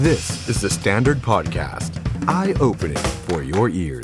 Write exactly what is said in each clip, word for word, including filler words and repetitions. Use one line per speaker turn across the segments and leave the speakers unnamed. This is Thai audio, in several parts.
This is the Standard Podcast. Eye-opening for your ears.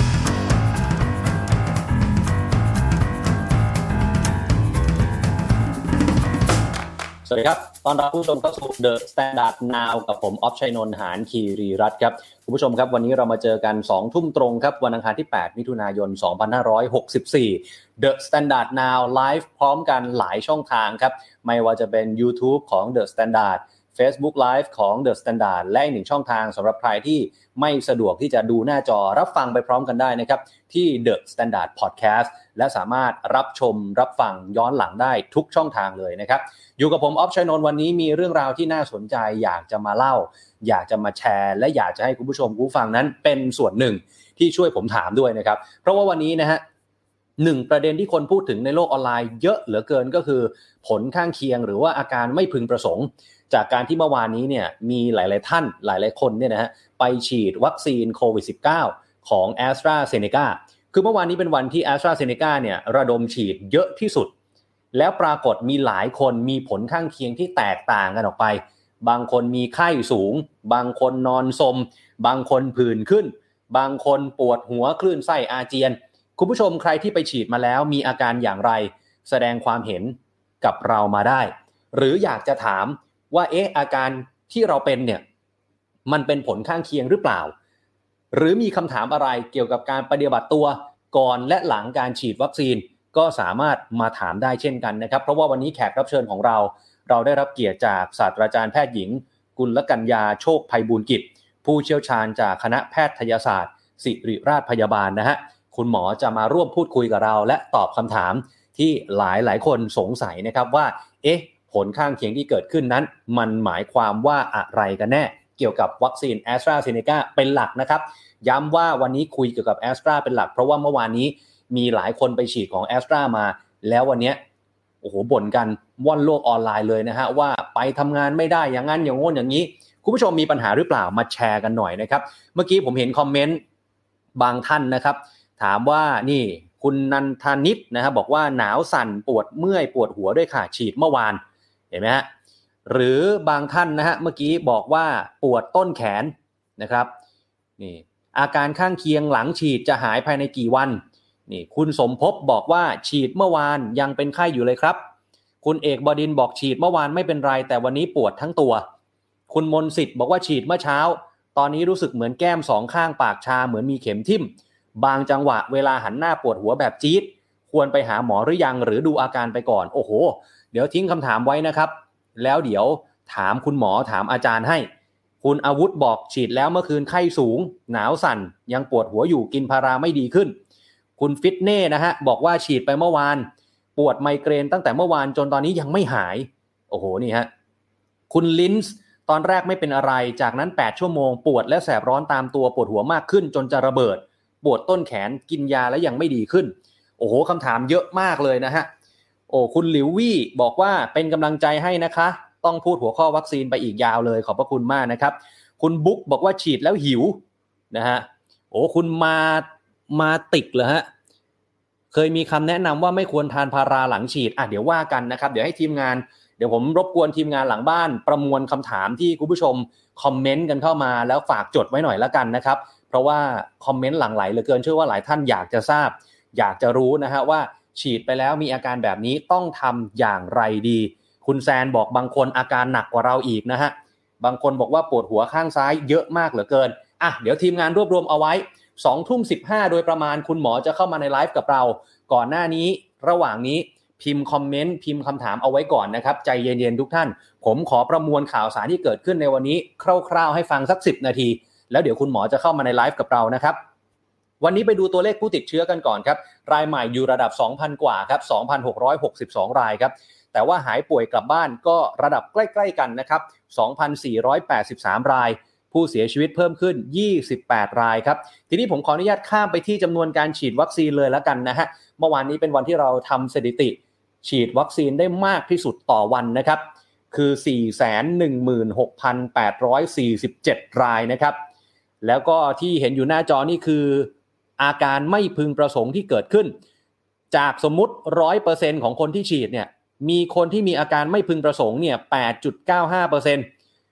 สวัสดีครับตอนรับผู้ชมเข้าสู่ The Standard Now กับผมอ๊อฟชัยนนท์หานคีรีรัตน์ครับคุณผู้ชมครับวันนี้เรามาเจอกัน สองทุ่มตรงครับวันอังคารที่แปดมิถุนายนสองพันห้าร้อยหกสิบสี่ The Standard Now ไลฟ์พร้อมกันหลายช่องทางครับไม่ว่าจะเป็น YouTube ของ The Standard Facebook Live ของ The Standard และอีกหนึ่งช่องทางสำหรับใครที่ไม่สะดวกที่จะดูหน้าจอรับฟังไปพร้อมกันได้นะครับที่ The Standard Podcast และสามารถรับชมรับฟังย้อนหลังได้ทุกช่องทางเลยนะครับอยู่กับผมอ๊อฟชัยนนท์วันนี้มีเรื่องราวที่น่าสนใจอยากจะมาเล่าอยากจะมาแชร์และอยากจะให้คุณผู้ชมผู้ฟังนั้นเป็นส่วนหนึ่งที่ช่วยผมถามด้วยนะครับเพราะว่าวันนี้นะฮะหนึ่งประเด็นที่คนพูดถึงในโลกออนไลน์เยอะเหลือเกินก็คือผลข้างเคียงหรือว่าอาการไม่พึงประสงค์จากการที่เมื่อวานนี้เนี่ยมีหลายๆท่านหลายๆคนเนี่ยนะฮะไปฉีดวัคซีนโควิด สิบเก้า ของ AstraZeneca คือเมื่อวานนี้เป็นวันที่ AstraZeneca เนี่ยระดมฉีดเยอะที่สุดแล้วปรากฏมีหลายคนมีผลข้างเคียงที่แตกต่างกันออกไปบางคนมีไข้สูงบางคนนอนซมบางคนผื่นขึ้นบางคนปวดหัวคลื่นไส้อาเจียนคุณผู้ชมใครที่ไปฉีดมาแล้วมีอาการอย่างไรแสดงความเห็นกับเรามาได้หรืออยากจะถามว่าเอ๊ะอาการที่เราเป็นเนี่ยมันเป็นผลข้างเคียงหรือเปล่าหรือมีคำถามอะไรเกี่ยวกับการปฏิบัติตัวก่อนและหลังการฉีดวัคซีนก็สามารถมาถามได้เช่นกันนะครับเพราะว่าวันนี้แขกรับเชิญของเราเราได้รับเกียรติจากศาสตราจารย์แพทย์หญิงกุลกัญญาโชคไพบูลย์กิจผู้เชี่ยวชาญจากคณะแพทยศาสตร์ศิริราชพยาบาลนะฮะคุณหมอจะมาร่วมพูดคุยกับเราและตอบคำถามที่หลายหลายคนสงสัยนะครับว่าเอ๊ะผลข้างเคียงที่เกิดขึ้นนั้นมันหมายความว่าอะไรกันแน่เกี่ยวกับวัคซีน AstraZeneca เป็นหลักนะครับย้ำว่าวันนี้คุยเกี่ยวกับ Astra เป็นหลักเพราะว่าเมื่อวานนี้มีหลายคนไปฉีดของ Astra มาแล้ววันนี้โอ้โหบ่นกันว่อนโลกออนไลน์เลยนะฮะว่าไปทำงานไม่ได้อย่างนั้นอย่างโน้นอย่างนี้คุณผู้ชมมีปัญหาหรือเปล่ามาแชร์กันหน่อยนะครับเมื่อกี้ผมเห็นคอมเมนต์บางท่านนะครับถามว่านี่คุณนันทานิชนะครับบอกว่าหนาวสั่นปวดเมื่อยปวดหัวด้วยค่ะฉีดเมื่อวานเห็นไหมฮะหรือบางท่านนะฮะเมื่อกี้บอกว่าปวดต้นแขนนะครับนี่อาการข้างเคียงหลังฉีดจะหายภายในกี่วันนี่คุณสมภพบอกว่าฉีดเมื่อวานยังเป็นไข้อยู่เลยครับคุณเอกบดินทร์บอกฉีดเมื่อวานไม่เป็นไรแต่วันนี้ปวดทั้งตัวคุณมนต์สิทธิ์บอกว่าฉีดเมื่อเช้าตอนนี้รู้สึกเหมือนแก้มสองข้างปากชาเหมือนมีเข็มทิ่มบางจังหวะเวลาหันหน้าปวดหัวแบบจี๊ดควรไปหาหมอหรือยังหรือดูอาการไปก่อนโอ้โหเดี๋ยวทิ้งคำถามไว้นะครับแล้วเดี๋ยวถามคุณหมอถามอาจารย์ให้คุณอาวุธบอกฉีดแล้วเมื่อคืนไข้สูงหนาวสั่นยังปวดหัวอยู่กินพาราไม่ดีขึ้นคุณฟิตเน่นะฮะบอกว่าฉีดไปเมื่อวานปวดไมเกรนตั้งแต่เมื่อวานจนตอนนี้ยังไม่หายโอ้โหนี่ฮะคุณลินส์ตอนแรกไม่เป็นอะไรจากนั้นแปดชั่วโมงปวดและแสบร้อนตามตัวปวดหัวมากขึ้นจนจะระเบิดปวดต้นแขนกินยาแล้วยังไม่ดีขึ้นโอ้โหคำถามเยอะมากเลยนะฮะโอ้คุณหลิววี่บอกว่าเป็นกำลังใจให้นะคะต้องพูดหัวข้อวัคซีนไปอีกยาวเลยขอบพระคุณมากนะครับคุณบุ๊กบอกว่าฉีดแล้วหิวนะฮะโอ้คุณมามาติกเหรอฮะเคยมีคำแนะนำว่าไม่ควรทานพาราหลังฉีดอ่ะเดี๋ยวว่ากันนะครับเดี๋ยวให้ทีมงานเดี๋ยวผมรบกวนทีมงานหลังบ้านประมวลคำถามที่คุณผู้ชมคอมเมนต์กันเข้ามาแล้วฝากจดไว้หน่อยละกันนะครับเพราะว่าคอมเมนต์หลั่งไหลเหลือเกินเชื่อว่าหลายท่านอยากจะทราบอยากจะรู้นะฮะว่าฉีดไปแล้วมีอาการแบบนี้ต้องทำอย่างไรดีคุณแซนบอกบางคนอาการหนักกว่าเราอีกนะฮะบางคนบอกว่าปวดหัวข้างซ้ายเยอะมากเหลือเกินอ่ะเดี๋ยวทีมงานรวบรวมเอาไว้ สองทุ่มสิบห้า โดยประมาณคุณหมอจะเข้ามาในไลฟ์กับเราก่อนหน้านี้ระหว่างนี้พิมพ์คอมเมนต์พิมพ์คำถามเอาไว้ก่อนนะครับใจเย็นๆทุกท่านผมขอประมวลข่าวสารที่เกิดขึ้นในวันนี้คร่าวๆให้ฟังสักสิบนาทีแล้วเดี๋ยวคุณหมอจะเข้ามาในไลฟ์กับเรานะครับวันนี้ไปดูตัวเลขผู้ติดเชื้อกันก่อนครับรายใหม่อยู่ระดับ สองพัน กว่าครับ สองพันหกร้อยหกสิบสอง รายครับแต่ว่าหายป่วยกลับบ้านก็ระดับใกล้ๆกันนะครับ สองพันสี่ร้อยแปดสิบสาม รายผู้เสียชีวิตเพิ่มขึ้นยี่สิบแปดรายครับทีนี้ผมขออนุญาตข้ามไปที่จำนวนการฉีดวัคซีนเลยแล้วกันนะฮะเมื่อวานนี้เป็นวันที่เราทำสถิติฉีดวัคซีนได้มากที่สุดต่อวันนะครับคือ สี่แสนหนึ่งหมื่นหกพันแปดร้อยสี่สิบเจ็ด รายนะครับแล้วก็ที่เห็นอยู่หน้าจอนี่คืออาการไม่พึงประสงค์ที่เกิดขึ้นจากสมมุติ หนึ่งร้อยเปอร์เซ็นต์ ของคนที่ฉีดเนี่ยมีคนที่มีอาการไม่พึงประสงค์เนี่ย แปดจุดเก้าห้าเปอร์เซ็นต์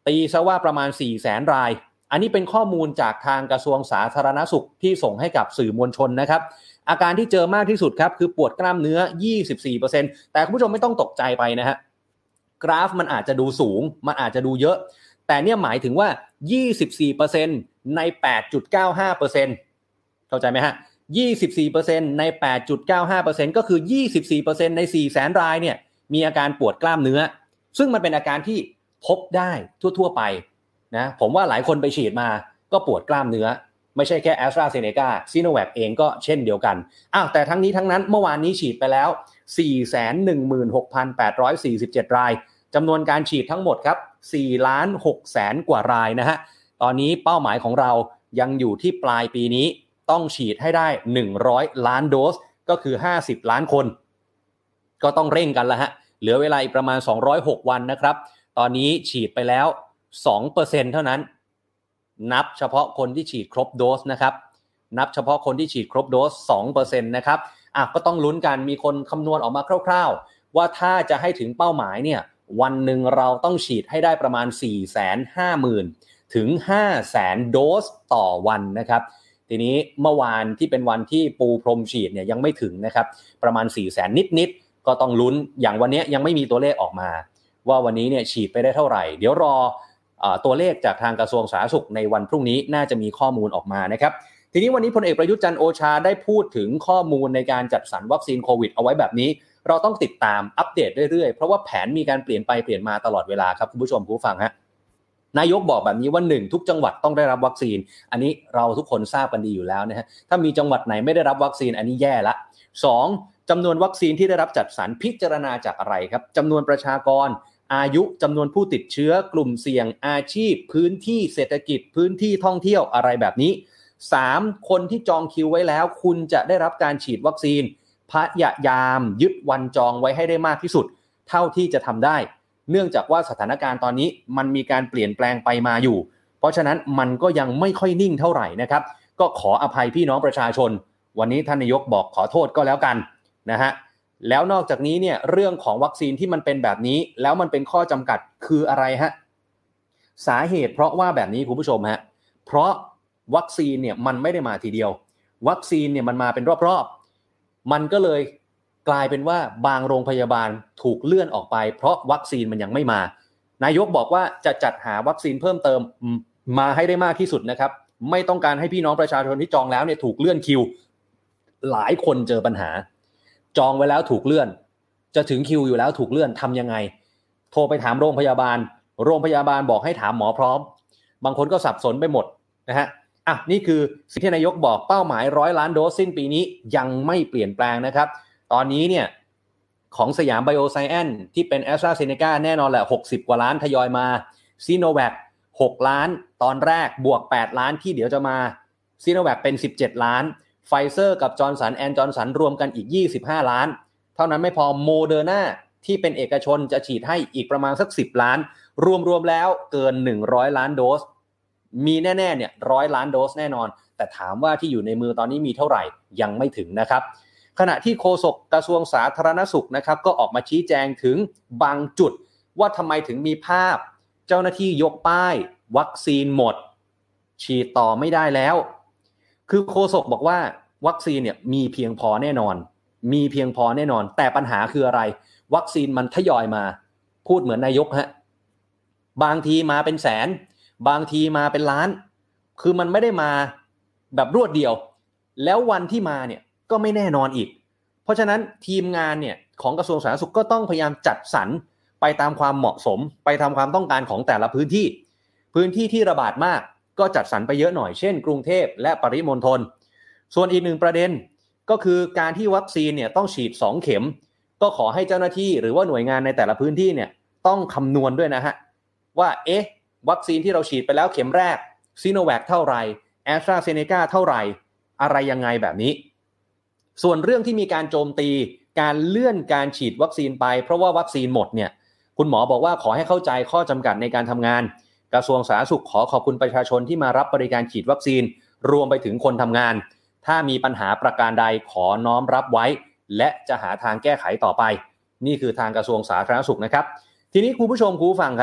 ตีซะว่าประมาณ สี่แสน รายอันนี้เป็นข้อมูลจากทางกระทรวงสาธารณสุขที่ส่งให้กับสื่อมวลชนนะครับอาการที่เจอมากที่สุดครับคือปวดกล้ามเนื้อ ยี่สิบสี่เปอร์เซ็นต์ แต่คุณผู้ชมไม่ต้องตกใจไปนะฮะกราฟมันอาจจะดูสูงมันอาจจะดูเยอะแต่เนี่ยหมายถึงว่า ยี่สิบสี่เปอร์เซ็นต์ ใน แปดจุดเก้าห้าเปอร์เซ็นต์ เข้าใจไหมฮะ ยี่สิบสี่เปอร์เซ็นต์ ใน แปดจุดเก้าห้าเปอร์เซ็นต์ ก็คือ ยี่สิบสี่เปอร์เซ็นต์ ใน สี่แสน รายเนี่ยมีอาการปวดกล้ามเนื้อซึ่งมันเป็นอาการที่พบได้ทั่วๆไปนะผมว่าหลายคนไปฉีดมาก็ปวดกล้ามเนื้อไม่ใช่แค่ AstraZeneca Sinovac เองก็เช่นเดียวกันอ้าวแต่ทั้งนี้ทั้งนั้นเมื่อวานนี้ฉีดไปแล้ว สี่แสนหนึ่งหมื่นหกพันแปดร้อยสี่สิบเจ็ด รายจำนวนการฉีดทั้งหมดครับ สี่ล้านหกแสน กว่ารายนะฮะตอนนี้เป้าหมายของเรายังอยู่ที่ปลายปีนี้ต้องฉีดให้ได้หนึ่งร้อยล้านโดสก็คือห้าสิบล้านคนก็ต้องเร่งกันละฮะเหลือเวลาอีกประมาณสองร้อยหกวันนะครับตอนนี้ฉีดไปแล้ว สองเปอร์เซ็นต์ เท่านั้นนับเฉพาะคนที่ฉีดครบโดสนะครับนับเฉพาะคนที่ฉีดครบโดส สองเปอร์เซ็นต์ นะครับอ่ะก็ต้องลุ้นกันมีคนคำนวณออกมาคร่าวๆว่าถ้าจะให้ถึงเป้าหมายเนี่ยวันหนึ่งเราต้องฉีดให้ได้ประมาณ สี่แสนห้าหมื่น ถึง ห้าแสน โดสต่อวันนะครับทีนี้เมื่อวานที่เป็นวันที่ปูพรมฉีดเนี่ยยังไม่ถึงนะครับประมาณ สี่แสน นิดๆก็ต้องลุ้นอย่างวันนี้ยังไม่มีตัวเลขออกมาว่าวันนี้เนี่ยฉีดไปได้เท่าไหร่เดี๋ยวรอตัวเลขจากทางกระทรวงสาธารณสุขในวันพรุ่งนี้น่าจะมีข้อมูลออกมานะครับทีนี้วันนี้พลเอกประยุทธ์จันทร์โอชาได้พูดถึงข้อมูลในการจัดสรรวัคซีนโควิดเอาไว้แบบนี้เราต้องติดตามอัปเดตเรื่อยๆเพราะว่าแผนมีการเปลี่ยนไปเปลี่ยนมาตลอดเวลาครับคุณผู้ชมผู้ฟังฮะนายกบอกแบบนี้ว่าหนึ่งทุกจังหวัดต้องได้รับวัคซีนอันนี้เราทุกคนทราบกันดีอยู่แล้วนะฮะถ้ามีจังหวัดไหนไม่ได้รับวัคซีนอันนี้แย่ละสองจำนวนวัคซีนที่ได้รับจัดสรรพิจารณาจากอะไรครับจำนวนประชากรอายุจำนวนผู้ติดเชื้อกลุ่มเสี่ยงอาชีพพื้นที่เศรษฐกิจพื้นที่ท่องเที่ยวอะไรแบบนี้สามคนที่จองคิวไว้แล้วคุณจะได้รับการฉีดวัคซีนพยายามยึดวันจองไว้ให้ได้มากที่สุดเท่าที่จะทำได้เนื่องจากว่าสถานการณ์ตอนนี้มันมีการเปลี่ยนแปลงไปมาอยู่เพราะฉะนั้นมันก็ยังไม่ค่อยนิ่งเท่าไหร่นะครับก็ขออภัยพี่น้องประชาชนวันนี้ท่านนายกบอกขอโทษก็แล้วกันนะฮะแล้วนอกจากนี้เนี่ยเรื่องของวัคซีนที่มันเป็นแบบนี้แล้วมันเป็นข้อจำกัดคืออะไรฮะสาเหตุเพราะว่าแบบนี้คุณผู้ชมฮะเพราะวัคซีนเนี่ยมันไม่ได้มาทีเดียววัคซีนเนี่ยมันมาเป็นรอบๆมันก็เลยกลายเป็นว่าบางโรงพยาบาลถูกเลื่อนออกไปเพราะวัคซีนมันยังไม่มานายกบอกว่าจะจัดหาวัคซีนเพิ่มเติมมาให้ได้มากที่สุดนะครับไม่ต้องการให้พี่น้องประชาชนที่จองแล้วเนี่ยถูกเลื่อนคิวหลายคนเจอปัญหาจองไว้แล้วถูกเลื่อนจะถึงคิวอยู่แล้วถูกเลื่อนทำยังไงโทรไปถามโรงพยาบาลโรงพยาบาลบอกให้ถามหมอพร้อมบางคนก็สับสนไปหมดนะฮะอ่ะนี่คือสิ่งที่นายกบอกเป้าหมายร้อยล้านโดสสิ้นปีนี้ยังไม่เปลี่ยนแปลงนะครับตอนนี้เนี่ยของสยามไบโอไซแอนซ์ที่เป็น AstraZeneca แน่นอนแหละหกสิบกว่าล้านทยอยมา Sinovac หกล้านตอนแรกบวกแปดล้านที่เดี๋ยวจะมา Sinovac เป็นสิบเจ็ดล้านPfizer กับ Johnson แอนด์ Johnson รวมกันอีกยี่สิบห้าล้านเท่านั้นไม่พอ Moderna ที่เป็นเอกชนจะฉีดให้อีกประมาณสักสิบล้านรวมๆแล้วเกินหนึ่งร้อยล้านโดสมีแน่ๆเนี่ยหนึ่งร้อยล้านโดสแน่นอนแต่ถามว่าที่อยู่ในมือตอนนี้มีเท่าไหร่ยังไม่ถึงนะครับขณะที่โฆษกกระทรวงสาธารณสุขนะครับก็ออกมาชี้แจงถึงบางจุดว่าทำไมถึงมีภาพเจ้าหน้าที่ยกป้ายวัคซีนหมดฉีดต่อไม่ได้แล้วคือโฆษกบอกว่าวัคซีนเนี่ยมีเพียงพอแน่นอนมีเพียงพอแน่นอนแต่ปัญหาคืออะไรวัคซีนมันทยอยมาพูดเหมือนนายกฮะบางทีมาเป็นแสนบางทีมาเป็นล้านคือมันไม่ได้มาแบบรวดเดียวแล้ววันที่มาเนี่ยก็ไม่แน่นอนอีกเพราะฉะนั้นทีมงานเนี่ยของกระทรวงสาธารณสุขก็ต้องพยายามจัดสรรไปตามความเหมาะสมไปตามความต้องการของแต่ละพื้นที่พื้นที่ที่ระบาดมากก็จัดสรรไปเยอะหน่อยเช่นกรุงเทพและปริมณฑลส่วนอีกหนึ่งประเด็นก็คือการที่วัคซีนเนี่ยต้องฉีดสองเข็มก็ขอให้เจ้าหน้าที่หรือว่าหน่วยงานในแต่ละพื้นที่เนี่ยต้องคำนวณด้วยนะฮะว่าเอ๊ะวัคซีนที่เราฉีดไปแล้วเข็มแรกซิโนแวคเท่าไหร่ AstraZeneca เท่าไหร่อะไรยังไงแบบนี้ส่วนเรื่องที่มีการโจมตีการเลื่อนการฉีดวัคซีนไปเพราะว่าวัคซีนหมดเนี่ยคุณหมอบอกว่าขอให้เข้าใจข้อจำกัดในการทำงานกระทรวงสาธารณสุขขอขอบคุณประชาชนที่มารับบริการฉีดวัคซีนรวมไปถึงคนทำงานถ้ามีปัญหาประการใดขอน้อมรับไว้และจะหาทางแก้ไขต่อไปนี่คือทางกระทรวงสาธารณสุขนะครับทีนี้คุณผู้ชมคุณผู้ฟังครับ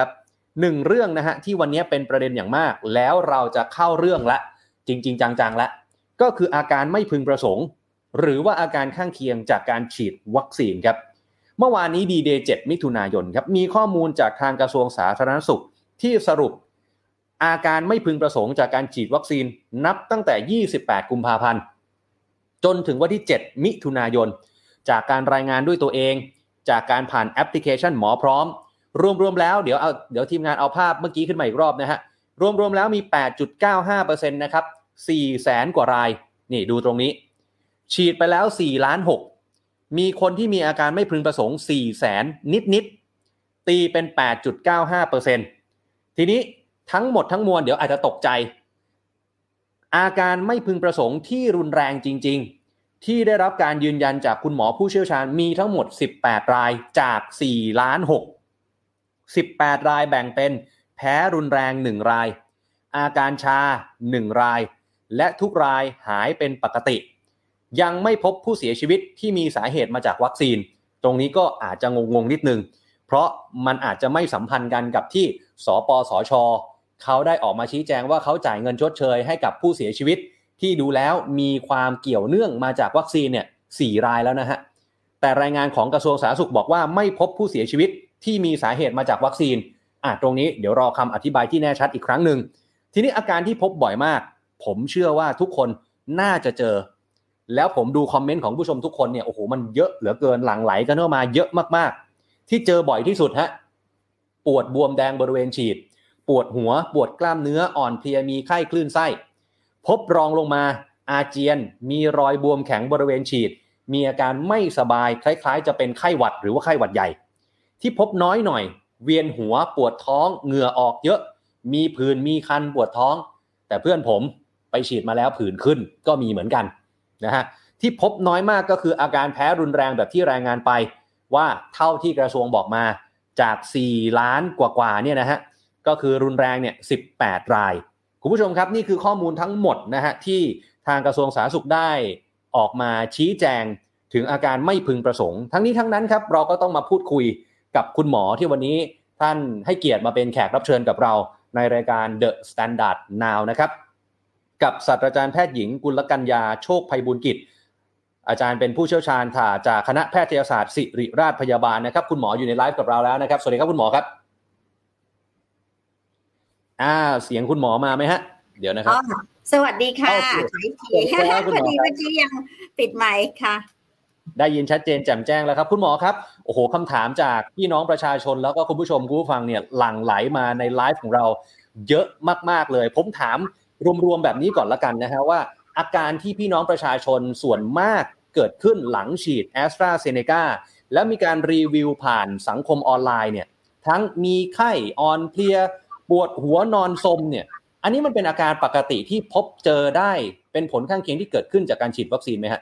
หนึ่งเรื่องนะฮะที่วันนี้เป็นประเด็นอย่างมากแล้วเราจะเข้าเรื่องละจริงๆจังๆละก็คืออาการไม่พึงประสงค์หรือว่าอาการข้างเคียงจากการฉีดวัคซีนครับเมื่อวานนี้ ดี เดย์ เจ็ดมิถุนายนครับมีข้อมูลจากทางกระทรวงสาธารณสุขที่สรุปอาการไม่พึงประสงค์จากการฉีดวัคซีนนับตั้งแต่ยี่สิบแปดกุมภาพันธ์จนถึงวันที่เจ็ดมิถุนายนจากการรายงานด้วยตัวเองจากการผ่านแอปพลิเคชันหมอพร้อมรวมๆแล้วเดี๋ยวเอาเดี๋ยวทีมงานเอาภาพเมื่อกี้ขึ้นมาอีกรอบนะฮะรวมๆแล้วมี แปดจุดเก้าห้าเปอร์เซ็นต์ นะครับ สี่แสนกว่ารายนี่ดูตรงนี้ฉีดไปแล้วสี่ล้านหกมีคนที่มีอาการไม่พึงประสงค์สี่แสนนิดๆตีเป็น แปดจุดเก้าห้าเปอร์เซ็นต์ ทีนี้ทั้งหมดทั้งมวลเดี๋ยวอาจจะตกใจอาการไม่พึงประสงค์ที่รุนแรงจริงๆที่ได้รับการยืนยันจากคุณหมอผู้เชี่ยวชาญมีทั้งหมดสิบแปดรายจากสี่ล้านหก สิบแปดรายแบ่งเป็นแพ้รุนแรงหนึ่งรายอาการชาหนึ่งรายและทุกรายหายเป็นปกติยังไม่พบผู้เสียชีวิตที่มีสาเหตุมาจากวัคซีนตรงนี้ก็อาจจะงงๆนิดนึงเพราะมันอาจจะไม่สัมพันธ์กันกับที่สปสช.เขาได้ออกมาชี้แจงว่าเขาจ่ายเงินชดเชยให้กับผู้เสียชีวิตที่ดูแล้วมีความเกี่ยวเนื่องมาจากวัคซีนเนี่ยสี่รายแล้วนะฮะแต่รายงานของกระทรวงสาธารณสุขบอกว่าไม่พบผู้เสียชีวิตที่มีสาเหตุมาจากวัคซีนอ่ะตรงนี้เดี๋ยวรอคำอธิบายที่แน่ชัดอีกครั้งหนึ่งทีนี้อาการที่พบบ่อยมากผมเชื่อว่าทุกคนน่าจะเจอแล้วผมดูคอมเมนต์ของผู้ชมทุกคนเนี่ยโอ้โหมันเยอะเหลือเกินหลั่งไหลกันเข้ามาเยอะมากๆที่เจอบ่อยที่สุดฮะปวดบวมแดงบริเวณฉีดปวดหัวปวดกล้ามเนื้ออ่อนเพลียมีไข้คลื่นไส้พบรองลงมาอาเจียนมีรอยบวมแข็งบริเวณฉีดมีอาการไม่สบายคล้ายๆจะเป็นไข้หวัดหรือว่าไข้หวัดใหญ่ที่พบน้อยหน่อยเวียนหัวปวดท้องเหงื่อออกเยอะมีผื่นมีคันปวดท้องแต่เพื่อนผมไปฉีดมาแล้วผื่นขึ้นก็มีเหมือนกันนะฮะที่พบน้อยมากก็คืออาการแพ้รุนแรงแบบที่รายงานไปว่าเท่าที่กระทรวงบอกมาจากสี่ล้านกว่าๆเนี่ยนะฮะก็คือรุนแรงเนี่ยสิบแปดรายคุณผู้ชมครับนี่คือข้อมูลทั้งหมดนะฮะที่ทางกระทรวงสาธารณสุขได้ออกมาชี้แจงถึงอาการไม่พึงประสงค์ทั้งนี้ทั้งนั้นครับเราก็ต้องมาพูดคุยกับคุณหมอที่วันนี้ท่านให้เกียรติมาเป็นแขกรับเชิญกับเราในรายการ The Standard Now นะครับกับศาสตราจารย์แพทย์หญิงกุลกัญญาโชคไพบูลย์กิจอาจารย์เป็นผู้เชี่ยวชาญจากคณะแพทยศาสตร์ศิริราชพยาบาลนะครับคุณหมออยู่ในไลฟ์กับเราแล้วนะครับสวัสดีครับคุณหมอครับอ่าเสียงคุณหมอมาไหมฮะเดี๋ยวนะครับ
สวัสดีค่ะขออีกทีพอดีเมื่อกี้ยังปิดไมค์ค่ะ
ได้ยินชัดเจนแจ่มแจ้งแล้วครับคุณหมอครับโอ้โหคำถามจากพี่น้องประชาชนแล้วก็คุณผู้ชมคุณผู้ฟังเนี่ยหลั่งไหลมาในไลฟ์ของเราเยอะมากๆเลยผมถามรวมๆแบบนี้ก่อนละกันนะฮะว่าอาการที่พี่น้องประชาชนส่วนมากเกิดขึ้นหลังฉีด AstraZeneca แล้วมีการรีวิวผ่านสังคมออนไลน์เนี่ยทั้งมีไข้อ่อนเพลียปวดหัวนอนซมเนี่ยอันนี้มันเป็นอาการปกติที่พบเจอได้เป็นผลข้างเคียงที่เกิดขึ้นจากการฉีดวัคซีนไหมฮะ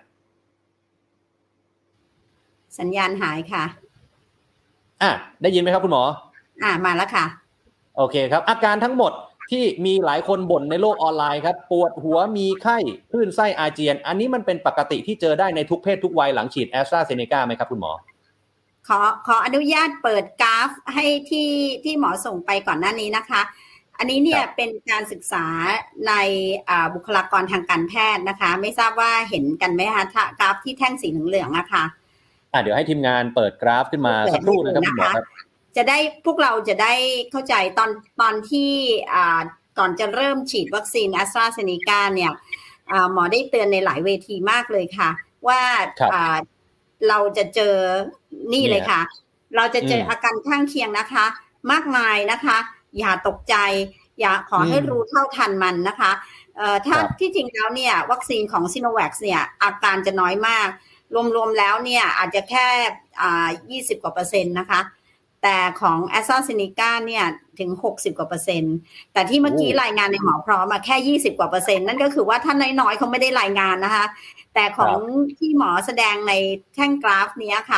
สัญญาณหายค่ะ
อ่ะได้ยินไหมครับคุณหมอ
อ่ะมาแล้วค่ะ
โอเคครับอาการทั้งหมดที่มีหลายคนบ่นในโลกออนไลน์ครับปวดหัวมีไข้คลื่นไส้อาเจียนอันนี้มันเป็นปกติที่เจอได้ในทุกเพศทุกวัยหลังฉีด AstraZeneca ไหมครับคุณหมอ
ขอขออนุญาตเปิดกราฟให้ที่ที่หมอส่งไปก่อนหน้านี้นะคะอันนี้เนี่ยเป็นการศึกษาในบุคลากรทางการแพทย์นะคะไม่ทราบว่าเห็นกันไหมคะกราฟที่แท่งสีเหลืองๆนะคะ
อ่ะเดี๋ยวให้ทีมงานเปิดกราฟขึ้นมาสักครู่นะครับคุณหมอครับ
จะได้พวกเราจะได้เข้าใจตอนตอนที่ก่อนจะเริ่มฉีดวัคซีน AstraZeneca เนี่ยหมอได้เตือนในหลายเวทีมากเลยค่ะว่าเราจะเจอนี่เลยค่ะเราจะเจออาการข้างเคียงนะคะมากมายนะคะอย่าตกใจอย่าขอให้รู้เท่าทันมันนะคะเอ่อถ้าที่จริงแล้วเนี่ยวัคซีนของ Sinovac เนี่ยอาการจะน้อยมากรวมๆแล้วเนี่ยอาจจะแค่อ่ายี่สิบกว่าเปอร์เซ็นต์นะคะแต่ของ AstraZeneca เนี่ยถึงหกสิบกว่าเปอร์เซ็นต์แต่ที่เมื่อกี้รายงานในหมอพร้อมมาแค่ยี่สิบกว่าเปอร์เซ็นต์นั่นก็คือว่าท่านน้อยๆเขาไม่ได้รายงานนะคะแต่ของที่หมอแสดงในแท่งกราฟนี้ค่ะ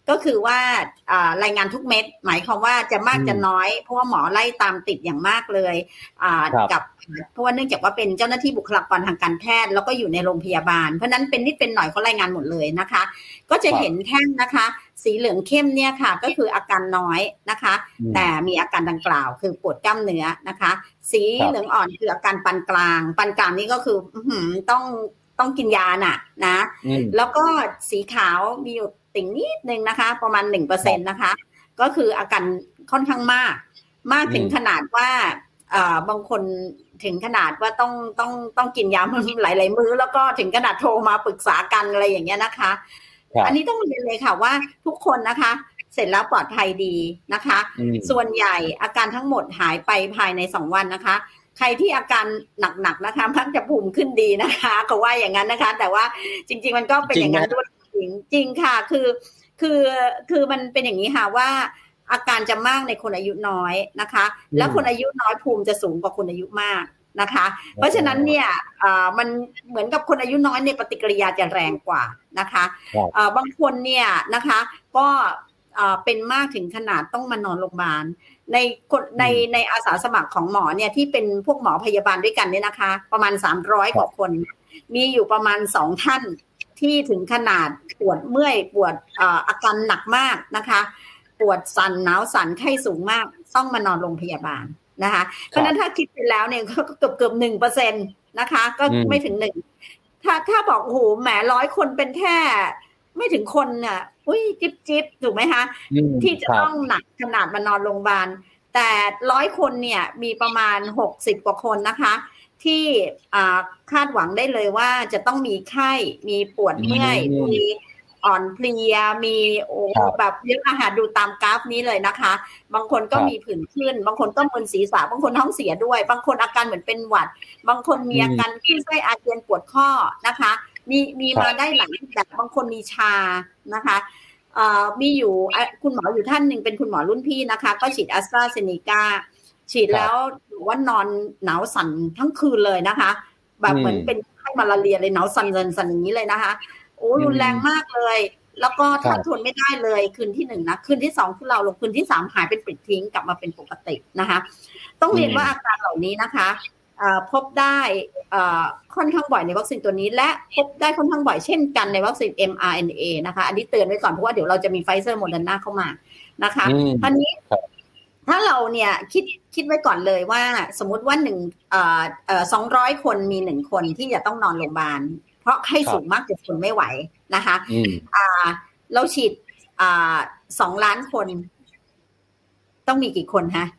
ก็คือว่ารายงานทุกเม็ดหมายความว่าจะมากจะน้อยเพราะว่าหมอไล่ตามติดอย่างมากเลยกับเพราะว่าเนื่องจากว่าเป็นเจ้าหน้าที่บุคลากรทางการแพทย์แล้วก็อยู่ในโรงพยาบาลเพราะนั้นเป็นนิดเป็นหน่อยเขารายงานหมดเลยนะคะก็จะเห็นแท่งนะคะสีเหลืองเข้มเนี่ยค่ะก็คืออาการน้อยนะคะแต่มีอาการดังกล่าวคือปวดกล้ามเนื้อนะคะสีเหลืองอ่อนคืออาการปานกลางปานกลางนี่ก็คือต้องต้องกินยาน่ะนะแล้วก็สีขาวมีอยู่ติ่งนิดนึงนะคะประมาณ หนึ่งเปอร์เซ็นต์ นะคะก็คืออาการค่อนข้างมากมากถึงขนาดว่าอ่าบางคนถึงขนาดว่าต้องต้องต้องกินยาหลายๆมื้อแล้วก็ถึงขนาดโทรมาปรึกษากันอะไรอย่างเงี้ยนะคะอันนี้ต้องเรียนเลยค่ะว่าทุกคนนะคะเสร็จแล้วปลอดภัยดีนะคะส่วนใหญ่อาการทั้งหมดหายไปภายในสองวันนะคะใครที่อาการหนักๆนะคะมักจะภูมิขึ้นดีนะคะเขาว่าอย่างนั้นนะคะแต่ว่าจริงๆมันก็เป็นอย่างนั้นด้วยจริงจริงค่ะคือคือคือมันเป็นอย่างนี้ค่ะว่าอาการจะมากในคนอายุน้อยนะคะแล้วคนอายุน้อยภูมิจะสูงกว่าคนอายุมากนะคะเพราะฉะนั้นเนี่ยมันเหมือนกับคนอายุน้อยในปฏิกิริยาจะแรงกว่านะคะบางคนเนี่ยนะคะก็เป็นมากถึงขนาดต้องมานอนโรงพยาบาลในในในอาสาสมัครของหมอเนี่ยที่เป็นพวกหมอพยาบาลด้วยกันเนี่ยนะคะประมาณสามร้อยกว่าคนมีอยู่ประมาณสองท่านที่ถึงขนาดปวดเมื่อยปวดอาการหนักมากนะคะปวดสั่นหนาวสั่นไข้สูงมากต้องมานอนโรงพยาบาลนะคะเพราะฉะนั้นถ้าคิดไปแล้วเนี่ยก็เกือบเกือบหนึ่งเปอร์เซ็นต์นะคะก็ไม่ถึงหนึ่งถ้าถ้าบอกโอ้โหแหมร้อยคนเป็นแค่ไม่ถึงคนเนี่ยอุ้ยจิ๊บจิ๊บถูกไหมคะที่จะต้องหนักขนาดมานอนโรงพยาบาลแต่ร้อยคนเนี่ยมีประมาณหกสิบกว่าคนนะคะที่คาดหวังได้เลยว่าจะต้องมีไข้มีปวดเมื่อยมีอ่อนเพลียมีโอ้แบบเยอะอาหารดูตามกราฟนี้เลยนะคะบางคนก็มีผื่นขึ้นบางคนก็มึนศีรษะบางคนท้องเสียด้วยบางคนอาการเหมือนเป็นหวัดบางคนมีอาการคลื่นไส้อาเจียนปวดข้อนะคะมีมีมาได้หลายแบบบางคนมีชานะคะมีอยู่คุณหมออยู่ท่านหนึ่งเป็นคุณหมอรุ่นพี่นะคะก็ฉีดแอสตราเซเนกาฉีดแล้วว่านอนหนาวสั่นทั้งคืนเลยนะคะแบบเหมือนเป็นไข้มาลาเรียเลยหนาวสั่นสั่นอย่างนี้เลยนะคะโอ้รุนแรงมากเลยแล้วก็ทนทนไม่ได้เลยคืนที่หนึ่งนะคืนที่สองคือเราลงคืนที่สามหายเป็นปลิดทิ้งกลับมาเป็นปกตินะคะต้องเรียนว่าอาการเหล่านี้นะคะพบได้ค่อนข้างบ่อยในวัคซีนตัวนี้และพบได้ค่อนข้างบ่อยเช่นกันในวัคซีน เอ็ม อาร์ เอ็น เอ นะคะอันนี้เตือนไว้ก่อนเพราะว่าเดี๋ยวเราจะมีไฟเซอร์โมเดอร์นาเข้ามานะคะอันนี้ถ้าเราเนี่ยคิดคิดไว้ก่อนเลยว่าสมมุติว่าหนึ่งเอ่อเอ่อสองร้อยคนมีหนึ่งคนที่จะต้องนอนโรงพยาบาลเพราะไข้สูงมากจนทนไม่ไหวนะคะอ่าเราฉีดอ่าสองล้านคนต้องมีกี่คนฮะ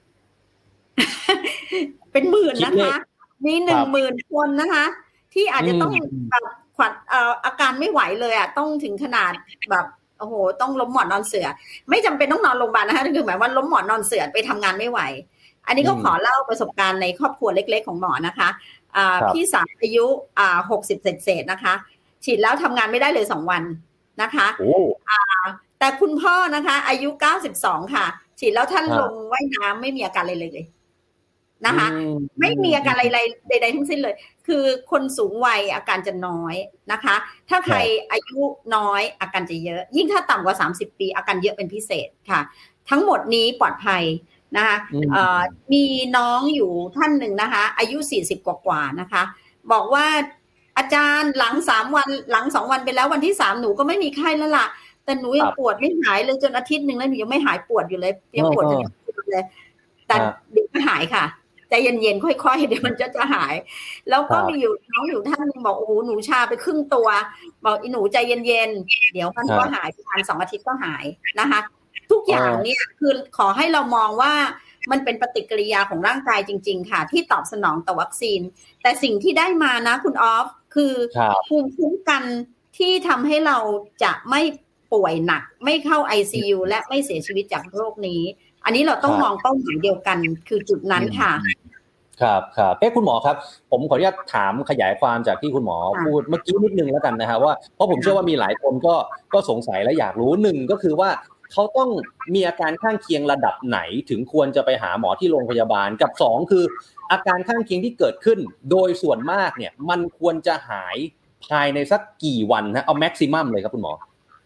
เป็นหมื่นนะคะมีหนึ่งหมื่นคนนะคะที่อาจจะต้องแบบขวัญเอ่ออาการไม่ไหวเลยอ่ะต้องถึงขนาดแบบโอ้โหต้องล้มหมอนนอนเสื่อไม่จำเป็นต้องนอนโรงพยาบาลนะคะคือหมายว่าล้มหมอนนอนเสื่อไปทำงานไม่ไหวอันนี้ก็ขอเล่าประสบการณ์ในครอบครัวเล็กๆของหมอนะคะอ่าพี่สาวอายุอ่าหกสิบเศษๆนะคะฉีดแล้วทำงานไม่ได้เลยสองวันนะคะอ่าแต่คุณพ่อนะคะอายุเก้าสิบสองค่ะฉีดแล้วท่านลงว่ายน้ำไม่มีอาการอะไรเลยนะคะไม่มีอาการอะไรใดๆทั้งสิ้นเลยคือคนสูงวัยอาการจะน้อยนะคะถ้าใครอายุน้อยอาการจะเยอะยิ่งถ้าต่ำกว่าสามสิบปีอาการเยอะเป็นพิเศษค่ะทั้งหมดนี้ปลอดภัยนะคะมีน้องอยู่ท่านหนึ่งนะคะอายุสี่สิบกว่าๆนะคะบอกว่าอาจารย์หลังสามวันหลังสองวันไปแล้ววันที่สามหนูก็ไม่มีไข้แล้วล่ะแต่หนูยังปวดไม่หายเลยจนอาทิตย์นึงแล้วหนูยังไม่หายปวดอยู่เลยยังปวดอยู่เลยแต่เดี๋ยวก็หายค่ะใจเย็นๆค่อยๆเดี๋ยวมันจะจะหายแล้วก็มีอยู่น้องอยู่ท่านนึงบอกโอ้โหหนูชาไปครึ่งตัวบอกอีหนูใจเย็นๆเดี๋ยวมันก็หายประมาณสองอาทิตย์ก็หายนะคะทุกอย่างเนี่ยคือขอให้เรามองว่ามันเป็นปฏิกิริยาของร่างกายจริงๆค่ะที่ตอบสนองต่อวัคซีนแต่สิ่งที่ได้มานะคุณออฟคือภูมิคุ้มกันที่ทำให้เราจะไม่ป่วยหนักไม่เข้า ไอ ซี ยู และไม่เสียชีวิตจากโรคนี้อันนี้เราต้องมองเป้าหมายเดียวกันคือจุดนั้นค่ะ
ครับครับเอ้คุณหมอครับผมขออนุญาตถามขยายความจากที่คุณหมอพูดเมื่อกี้นิดนึงแล้วกันนะฮะว่าเพราะผมเชื่อว่ามีหลายคนก็ก็สงสัยและอยากรู้หนึ่งก็คือว่าเขาต้องมีอาการข้างเคียงระดับไหนถึงควรจะไปหาหมอที่โรงพยาบาลกับสองคืออาการข้างเคียงที่เกิดขึ้นโดยส่วนมากเนี่ยมันควรจะหายภายในสักกี่วันนะเอาแม็กซิมัมเลยครับคุณหมอ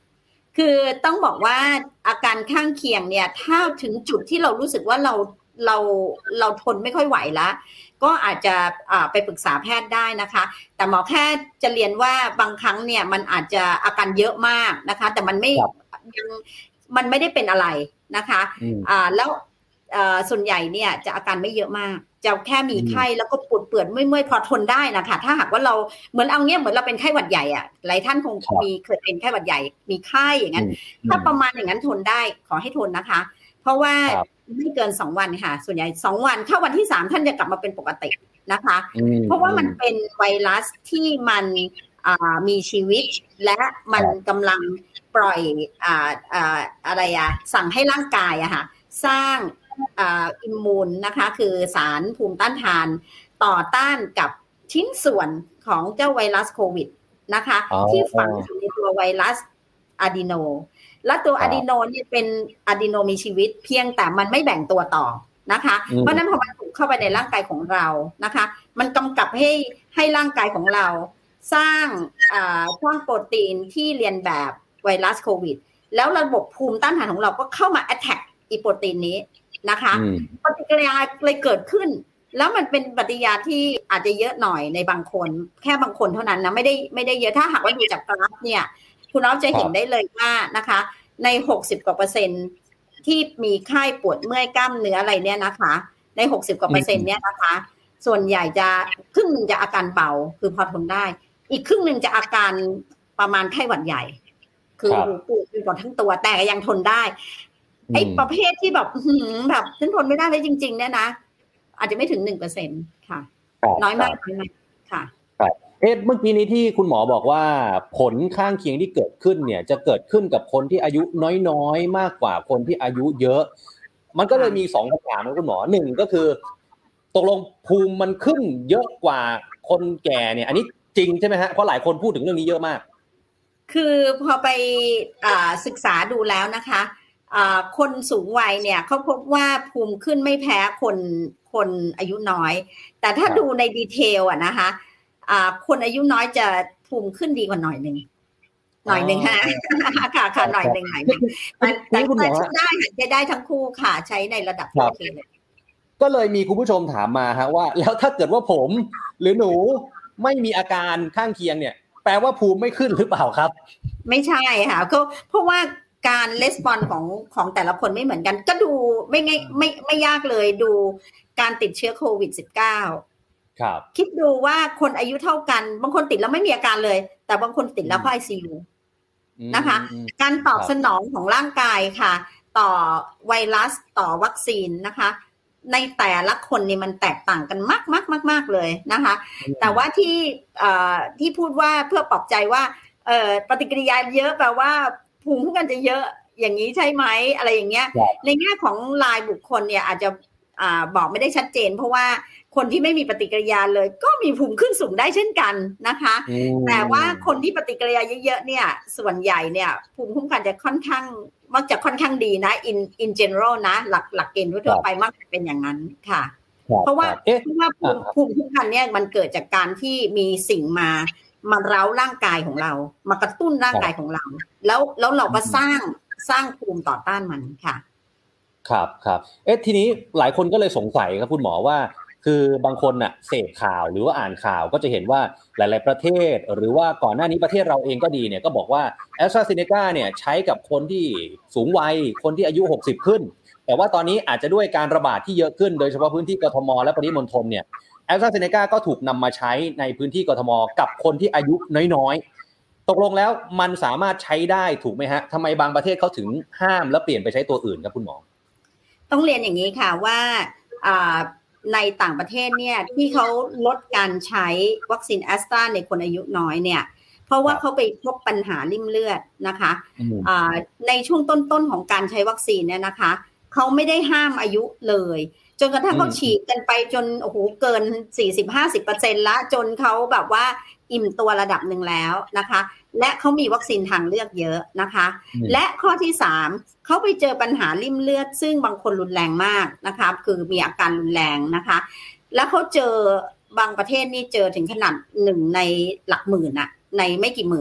คือต้องบอกว่าอาการข้างเคียงเนี่ยถ้าถึงจุดที่เรารู้สึกว่าเราเราเราทนไม่ค่อยไหวแล้วก็อาจจะไปปรึกษาแพทย์ได้นะคะแต่หมอแค่จะเรียนว่าบางครั้งเนี่ยมันอาจจะอาการเยอะมากนะคะแต่มันไม่ยังมันไม่ได้เป็นอะไรนะคะอ่าแล้วส่วนใหญ่เนี่ยจะอาการไม่เยอะมากจะแค่มีไข้แล้วก็ปวดเปื่อยเมื่อยๆพอทนได้นะคะถ้าหากว่าเราเหมือนเอาเงี้ยเหมือนเราเป็นไข้หวัดใหญ่อ่ะหลายท่านคงมีเคยเป็นไข้หวัดใหญ่มีไข้อย่างนั้นถ้าประมาณอย่างนั้นทนได้ขอให้ทนนะคะเพราะว่าไม่เกินสองวันค่ะส่วนใหญ่สองวันเข้าวันที่สามท่านจะกลับมาเป็นปกตินะคะเพราะว่ามันเป็นไวรัสที่มันมีชีวิตและมันกำลังปล่อยอ่าอ่าอะไรอะสั่งให้ร่างกายอะค่ะสร้างอิมมูนนะคะคือสารภูมิต้านทานต่อต้านกับชิ้นส่วนของเจ้าไวรัสโควิดนะคะที่ฝังอยู่ในตัวไวรัสอะดีโนและตัวอะดีโนนี่เป็นอะดีโนมีชีวิตเพียงแต่มันไม่แบ่งตัวต่อนะคะเพราะนั้นพอมันถูกเข้าไปในร่างกายของเรานะคะมันกำกับให้ให้ร่างกายของเราสร้างสร้างโปรตีนที่เรียนแบบไวรัสโควิดแล้วระบบภูมิต้านทานของเราก็เข้ามา attack อีโปรตีนนี้นะคะปฏิกิริยาเลยเกิดขึ้นแล้วมันเป็นปฏิกิริยาที่อาจจะเยอะหน่อยในบางคนแค่บางคนเท่านั้นนะไม่ได้ไม่ได้เยอะถ้าหากว่าดูจากกราฟเนี่ยคุณอ๊อฟจะเห็นได้เลยว่านะคะในหกสิบกว่าเปอร์เซ็นต์ที่มีไข้ปวดเมื่อยกล้ามเนื้ออะไรเนี่ยนะคะในหกสิบกว่าเปอร์เซ็นต์เนี่ยนะคะส่วนใหญ่จะครึ่งนึงจะอาการเบาคือพอทนได้อีกครึ่งนึงจะอาการประมาณไข้หวัดใหญ่คือปวดอยู่ก่อนทั้งตัวแต่ยังทนได้ไอ้ประเภทที่แบบแบบฉันทนไม่ได้เลยจริงๆเนี่ยนะอาจจะไม่ถึง หนึ่งเปอร์เซ็นต์ ค่ะน้อยมากน้อยมากค่ะ
เอ๊ะเมื่อกี้นี้ที่คุณหมอบอกว่าผลข้างเคียงที่เกิดขึ้นเนี่ยจะเกิดขึ้นกับคนที่อายุน้อยๆมากกว่าคนที่อายุเยอะมันก็เลยมีสองคำถามนะคุณหมอหนึ่งก็คือตกลงภูมิมันขึ้นเยอะกว่าคนแก่เนี่ยอันนี้จริงใช่ไหมฮะเพราะหลายคนพูดถึงเรื่องนี้เยอะมาก
คือพอไปศึกษาดูแล้วนะคะคนสูงวัยเนี่ยเขาพบว่าภูมิขึ้นไม่แพ้คนคนอายุน้อยแต่ถ้าดูในดีเทลอะนะคะคนอายุน้อยจะภูมิขึ้นดีกว่าหน่อยนึงหน่อยนึงฮะค่ะค่ะหน่อยนึงหน่อยนึงแต่แต่ใช้ได้ใช้ได้ทั้งคู่ค่ะใช้ในระดับโอเคเลย
ก็เลยมีคุณผู้ชมถามมาฮะว่าแล้วถ้าเกิดว่าผมหรือหนูไม่มีอาการข้างเคียงเนี่ยแปลว่าภูมิไม่ขึ้นหรือเปล่าครับ
ไม่ใช่ค่ะก็เพราะว่าการレスปอนของของแต่ละคนไม่เหมือนกันก็ดูไม่ง่ายไม่ไม่ยากเลยดูการติดเชื้อโควิด สิบเก้า
ครับ
คิดดูว่าคนอายุเท่ากันบางคนติดแล้วไม่มีอาการเลยแต่บางคนติดแล้วเข้า ไอ ซี ยู นะคะการตอบสนองของร่างกายค่ะต่อไวรัสต่อวัคซีนนะคะในแต่ละคนนี่มันแตกต่างกันมากมากมากมากเลยนะคะแต่ว่าที่ที่พูดว่าเพื่อปลอบใจว่าปฏิกิริยาเยอะแปลว่าภูมิคุ้มกันจะเยอะอย่างนี้ใช่ไหมอะไรอย่างเงี้ยในแง่ของรายบุคคลเนี่ยอาจจะอ่าบอกไม่ได้ชัดเจนเพราะว่าคนที่ไม่มีปฏิกิริยาเลยก็มีภูมิขึ้นสูงได้เช่นกันนะคะแต่ว่าคนที่ปฏิกิริยาเยอะๆเนี่ยส่วนใหญ่เนี่ยภูมิคุ้มกันจะค่อนข้างมักจะค่อนข้างดีนะ in in general นะหลักหลักเกณฑ์ทั่วไปมักจะเป็นอย่างนั้นค่ะเพราะว่าเพราะว่าภูมิคุ้มกันเนี่ยมันเกิดจากการที่มีสิ่งมามาเร้าร่างกายของเรามากระตุ้นร่างกายของเราแล้วแล้วเราก็สร้างสร้างภูมิต่อต้านมันค่ะ
ครับครับเอ๊ะทีนี้หลายคนก็เลยสงสัยครับคุณหมอว่าคือบางคนน่ะเสพข่าวหรือว่าอ่านข่าวก็จะเห็นว่าหลายๆประเทศหรือว่าก่อนหน้านี้ประเทศเราเองก็ดีเนี่ยก็บอกว่า AstraZeneca เนี่ยใช้กับคนที่สูงวัยคนที่อายุหกสิบขึ้นแต่ว่าตอนนี้อาจจะด้วยการระบาดที่เยอะขึ้นโดยเฉพาะพื้นที่กทมและปริมณฑลเนี่ยAstraZeneca ก็ถูกนำมาใช้ในพื้นที่กทมกับคนที่อายุน้อยๆตกลงแล้วมันสามารถใช้ได้ถูกไหมฮะทำไมบางประเทศเขาถึงห้ามแล้วเปลี่ยนไปใช้ตัวอื่นครับคุณหมอ
ต้องเรียนอย่างนี้ค่ะว่าในต่างประเทศเนี่ยที่เขาลดการใช้วัคซีนแอสตราในคนอายุน้อยเนี่ยเพราะว่าเขาไปพบปัญหาริ่มเลือดนะคะในช่วงต้นๆของการใช้วัคซีนเนี่ยนะคะเขาไม่ได้ห้ามอายุเลยจนกระทั่งเขาฉีดกันไปจนโอ้โหเกิน สี่สิบถึงห้าสิบเปอร์เซ็นต์ ละจนเขาแบบว่าอิ่มตัวระดับหนึ่งแล้วนะคะและเขามีวัคซีนทางเลือกเยอะนะคะและข้อที่สามเขาไปเจอปัญหาริ่มเลือดซึ่งบางคนรุนแรงมากนะคะคือมีอาการรุนแรงนะคะแล้วเขาเจอบางประเทศนี่เจอถึงขนาดหนึ่งในหลักหมื่นน่ะในไม่กี่หมื่นน่ะ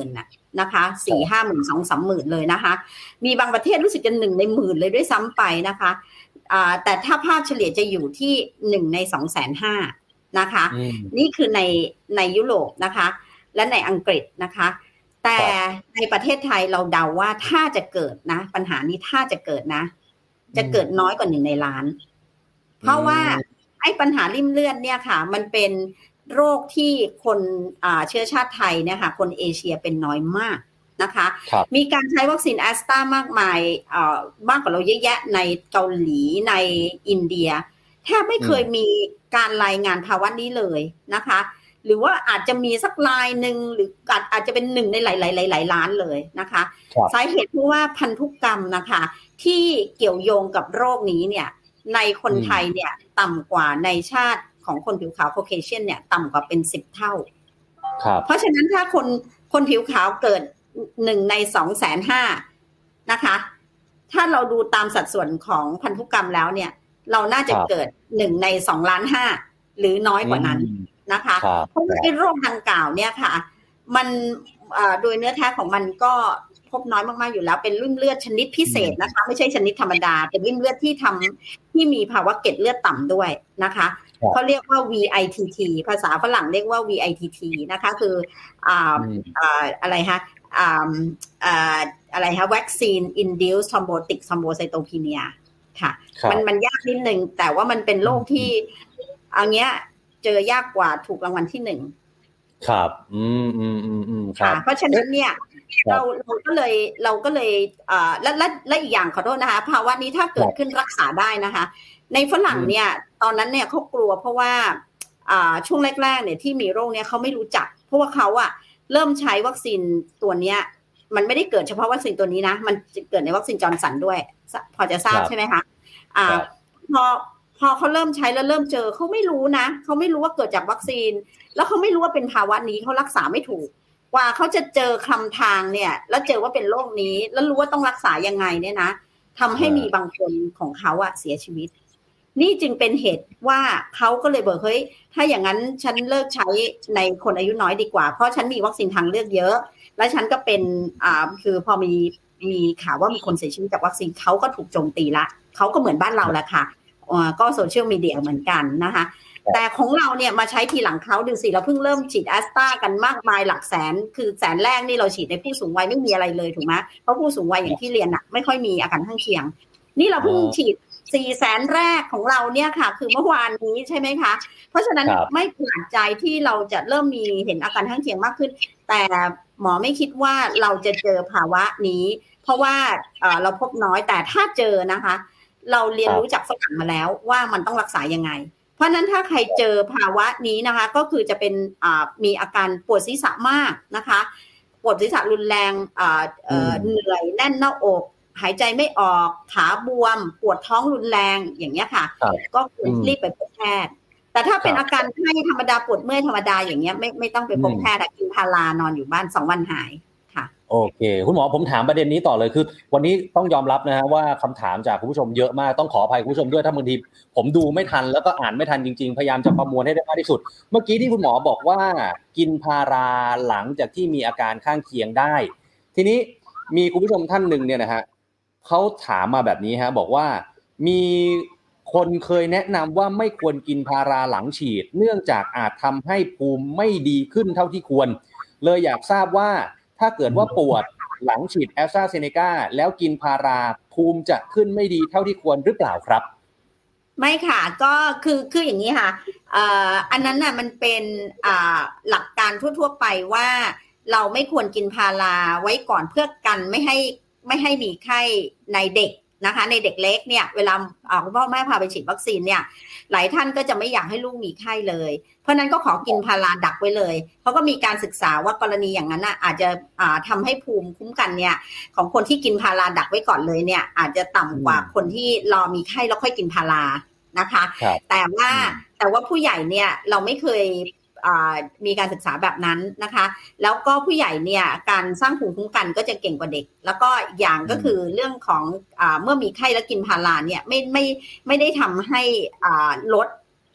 นะคะ สี่ห้าหมื่น สองสามหมื่นเลยนะคะมีบางประเทศรู้สึกจะหนึ่งในหมื่นเลยด้วยซ้ำไปนะคะอ่าแต่ถ้าภาพเฉลี่ยจะอยู่ที่หนึ่งใน สองแสนห้าหมื่น นะคะนี่คือในในยุโรปนะคะและในอังกฤษนะคะแต่ในประเทศไทยเราเดาว่าถ้าจะเกิดนะปัญหานี้ถ้าจะเกิดนะจะเกิดน้อยกว่าหนึ่งในล้านเพราะว่าไอ้ปัญหาริ่มเลือดเนี่ยค่ะมันเป็นโรคที่คนอ่าเชื้อชาติไทยเนี่ยค่ะคนเอเชียเป็นน้อยมากนะคะมีการใช้วัคซีนแอสตรามากมายอ่ามากกว่าเราเยอะแยะในเกาหลีในอินเดียแทบไม่เคยมีการรายงานภาวะนี้เลยนะคะหรือว่าอาจจะมีสักรายหนึ่งหรืออาจจะเป็นหนึ่งในหลายๆหลายๆล้านเลยนะคะสาเหตุเพราะว่าพันธุกรรมนะคะที่เกี่ยวโยงกับโรคนี้เนี่ยในคนไทยเนี่ยต่ำกว่าในชาติของคนผิวขาวโคเคเชียนเนี่ยต่ำกว่าเป็นสิบเท่าเพราะฉะนั้นถ้าคนคนผิวขาวเกิดหนึ่งในสองแสนห้านะคะถ้าเราดูตามสัดส่วนของพันธุกรรมแล้วเนี่ยเราน่าจะเกิดหนึ่งในสองล้านห้าหรือน้อยกว่านั้นนะคะเพราะว่าไอ้โรคดังกล่าวเนี่ยค่ะมันโดยเนื้อแท้ของมันก็พบน้อยมากๆอยู่แล้วเป็นริ่มเลือดชนิดพิเศษนะคะไม่ใช่ชนิดธรรมดาเป็นริ่มเลือดที่ทำที่มีภาวะเกล็ดเลือดต่ำด้วยนะคะเขาเรียกว่า วี ไอ ที ที ภาษาฝรั่งเรียกว่า วี ไอ ที ที นะคะคืออ่าอ่าอะไรคะอ่าอ่าอะไรคะ vaccine induced thrombotic thrombocytopenia ค่ะมันมันยากนิดนึงแต่ว่ามันเป็นโรคที่อันเนี้ยเจอยากกว่าถูกรางวัลที่หนึ่ง
ครับอืมอืมอืมอืมครับ
เพราะฉะนั้นเนี่ยเราเราก็เลยเราก็เลยอ่าและและและอีกอย่างขอโทษนะคะภาวะนี้ถ้าเกิดขึ้นรักษาได้นะคะในฝรั่งเนี่ยตอนนั้นเนี่ยเขากลัวเพราะว่าอ่าช่วงแรกๆเนี่ยที่มีโรคเนี่ยเขาไม่รู้จักเพราะว่าเขาอะเริ่มใช้วัคซีนตัวเนี้ยมันไม่ได้เกิดเฉพาะวัคซีนตัวนี้นะมันเกิดในวัคซีนจอร์นสันด้วยพอจะทราบใช่ไหมคะอ่าพอพอเขาเริ่มใช้แล้วเริ่มเจอเขาไม่รู้นะเขาไม่รู้ว่าเกิดจากวัคซีนแล้วเขาไม่รู้ว่าเป็นภาวะนี้เขารักษาไม่ถูกกว่าเขาจะเจอคำทางเนี่ยแล้วเจอว่าเป็นโรคนี้แล้วรู้ว่าต้องรักษายังไงเนี่ยนะทำให้มีบางคนของเขาอะเสียชีวิตนี่จึงเป็นเหตุว่าเขาก็เลยบอกเฮ้ยถ้าอย่างนั้นฉันเลิกใช้ในคนอายุน้อยดีกว่าเพราะฉันมีวัคซีนทางเลือกเยอะและฉันก็เป็นอ่าคือพอมีมีข่าวว่ามีคนเสียชีวิตจากวัคซีนเขาก็ถูกโจมตีละเขาก็เหมือนบ้านเราแหละค่ะก็โซเชียลมีเดียเหมือนกันนะคะแต่ของเราเนี่ยมาใช้ทีหลังเขาดูสิเราเพิ่งเริ่มฉีดแอสตรากันมากมายหลักแสนคือแสนแรกนี่เราฉีดในผู้สูงวัยไม่มีอะไรเลยถูกไหมเพราะผู้สูงวัยอย่างที่เรียนอะไม่ค่อยมีอาการข้างเคียงนี่เราเพิ่งฉีดสี่แสนแรกของเราเนี่ยค่ะคือเมื่อวานนี้ใช่ไหมคะเพราะฉะนั้นไม่แปลกใจที่เราจะเริ่มมีเห็นอาการข้างเคียงมากขึ้นแต่หมอไม่คิดว่าเราจะเจอภาวะนี้เพราะว่าเราพบน้อยแต่ถ้าเจอนะคะเราเรียนรู้จากฝรั่งมาแล้วว่ามันต้องรักษายังไงเพราะนั้นถ้าใครเจอภาวะนี้นะคะก็คือจะเป็นมีอาการปวดศีรษะมากนะคะปวดศีรษะรุนแรงเหนื่อยแน่นหน้าอกหายใจไม่ออกขาบวมปวดท้องรุนแรงอย่างเงี้ยค่ะก็ควรรีบไปพบแพทย์แต่ถ้าเป็นอาการไข้ธรรมดาปวดเมื่อยธรรมดาอย่างเงี้ยไม่ไม่ต้องไปพบแพทย์กินพารานอนอยู่บ้านสองวันหายค่ะ
โอเคคุณหมอผมถามประเด็นนี้ต่อเลยคือวันนี้ต้องยอมรับนะฮะว่าคำถามจากคุณผู้ชมเยอะมากต้องขออภัยคุณผู้ชมด้วยถ้าบางทีผมดูไม่ทันแล้วก็อ่านไม่ทันจริงๆพยายามจะประมวลให้ได้มากที่สุดเมื่อกี้ที่คุณหมอบอกว่ากินพาราหลังจากที่มีอาการข้างเคียงได้ทีนี้มีคุณผู้ชมท่านนึงเนี่ยนะฮะเขาถามมาแบบนี้ฮะบอกว่ามีคนเคยแนะนำว่าไม่ควรกินพาราหลังฉีดเนื่องจากอาจทำให้ภูมิไม่ดีขึ้นเท่าที่ควรเลยอยากทราบว่าถ้าเกิดว่าปวดหลังฉีดแอสตราเซเนกาแล้วกินพาราภูมิจะขึ้นไม่ดีเท่าที่ควรหรือเปล่าครับ
ไม่ค่ะก็คือคืออย่างนี้ค่ะอ่าอันนั้นน่ะมันเป็นอ่าหลักการทั่วๆไปว่าเราไม่ควรกินพาราไว้ก่อนเพื่อกันไม่ให้ไม่ให้มีไข้ในเด็กนะคะในเด็กเล็กเนี่ยเวลาคุณพ่อแม่พาไปฉีดวัคซีนเนี่ยหลายท่านก็จะไม่อยากให้ลูกมีไข้เลยเพราะนั้นก็ขอกินพาราดักไว้เลยเขาก็มีการศึกษาว่ากรณีอย่างนั้นอาจจะทำให้ภูมิคุ้มกันเนี่ยของคนที่กินพาราดักไว้ก่อนเลยเนี่ยอาจจะต่ำกว่าคนที่รอมีไข้แล้วค่อยกินพารานะคะแต่ว่าแต่ว่าผู้ใหญ่เนี่ยเราไม่เคยมีการศึกษาแบบนั้นนะคะแล้วก็ผู้ใหญ่เนี่ยการสร้างภูมิคุ้มกันก็จะเก่งกว่าเด็กแล้วก็อย่างก็คือเรื่องของอ่าเมื่อมีไข้แล้วกินพาราเนี่ยไม่ไม่ไม่ได้ทำให้อ่าลด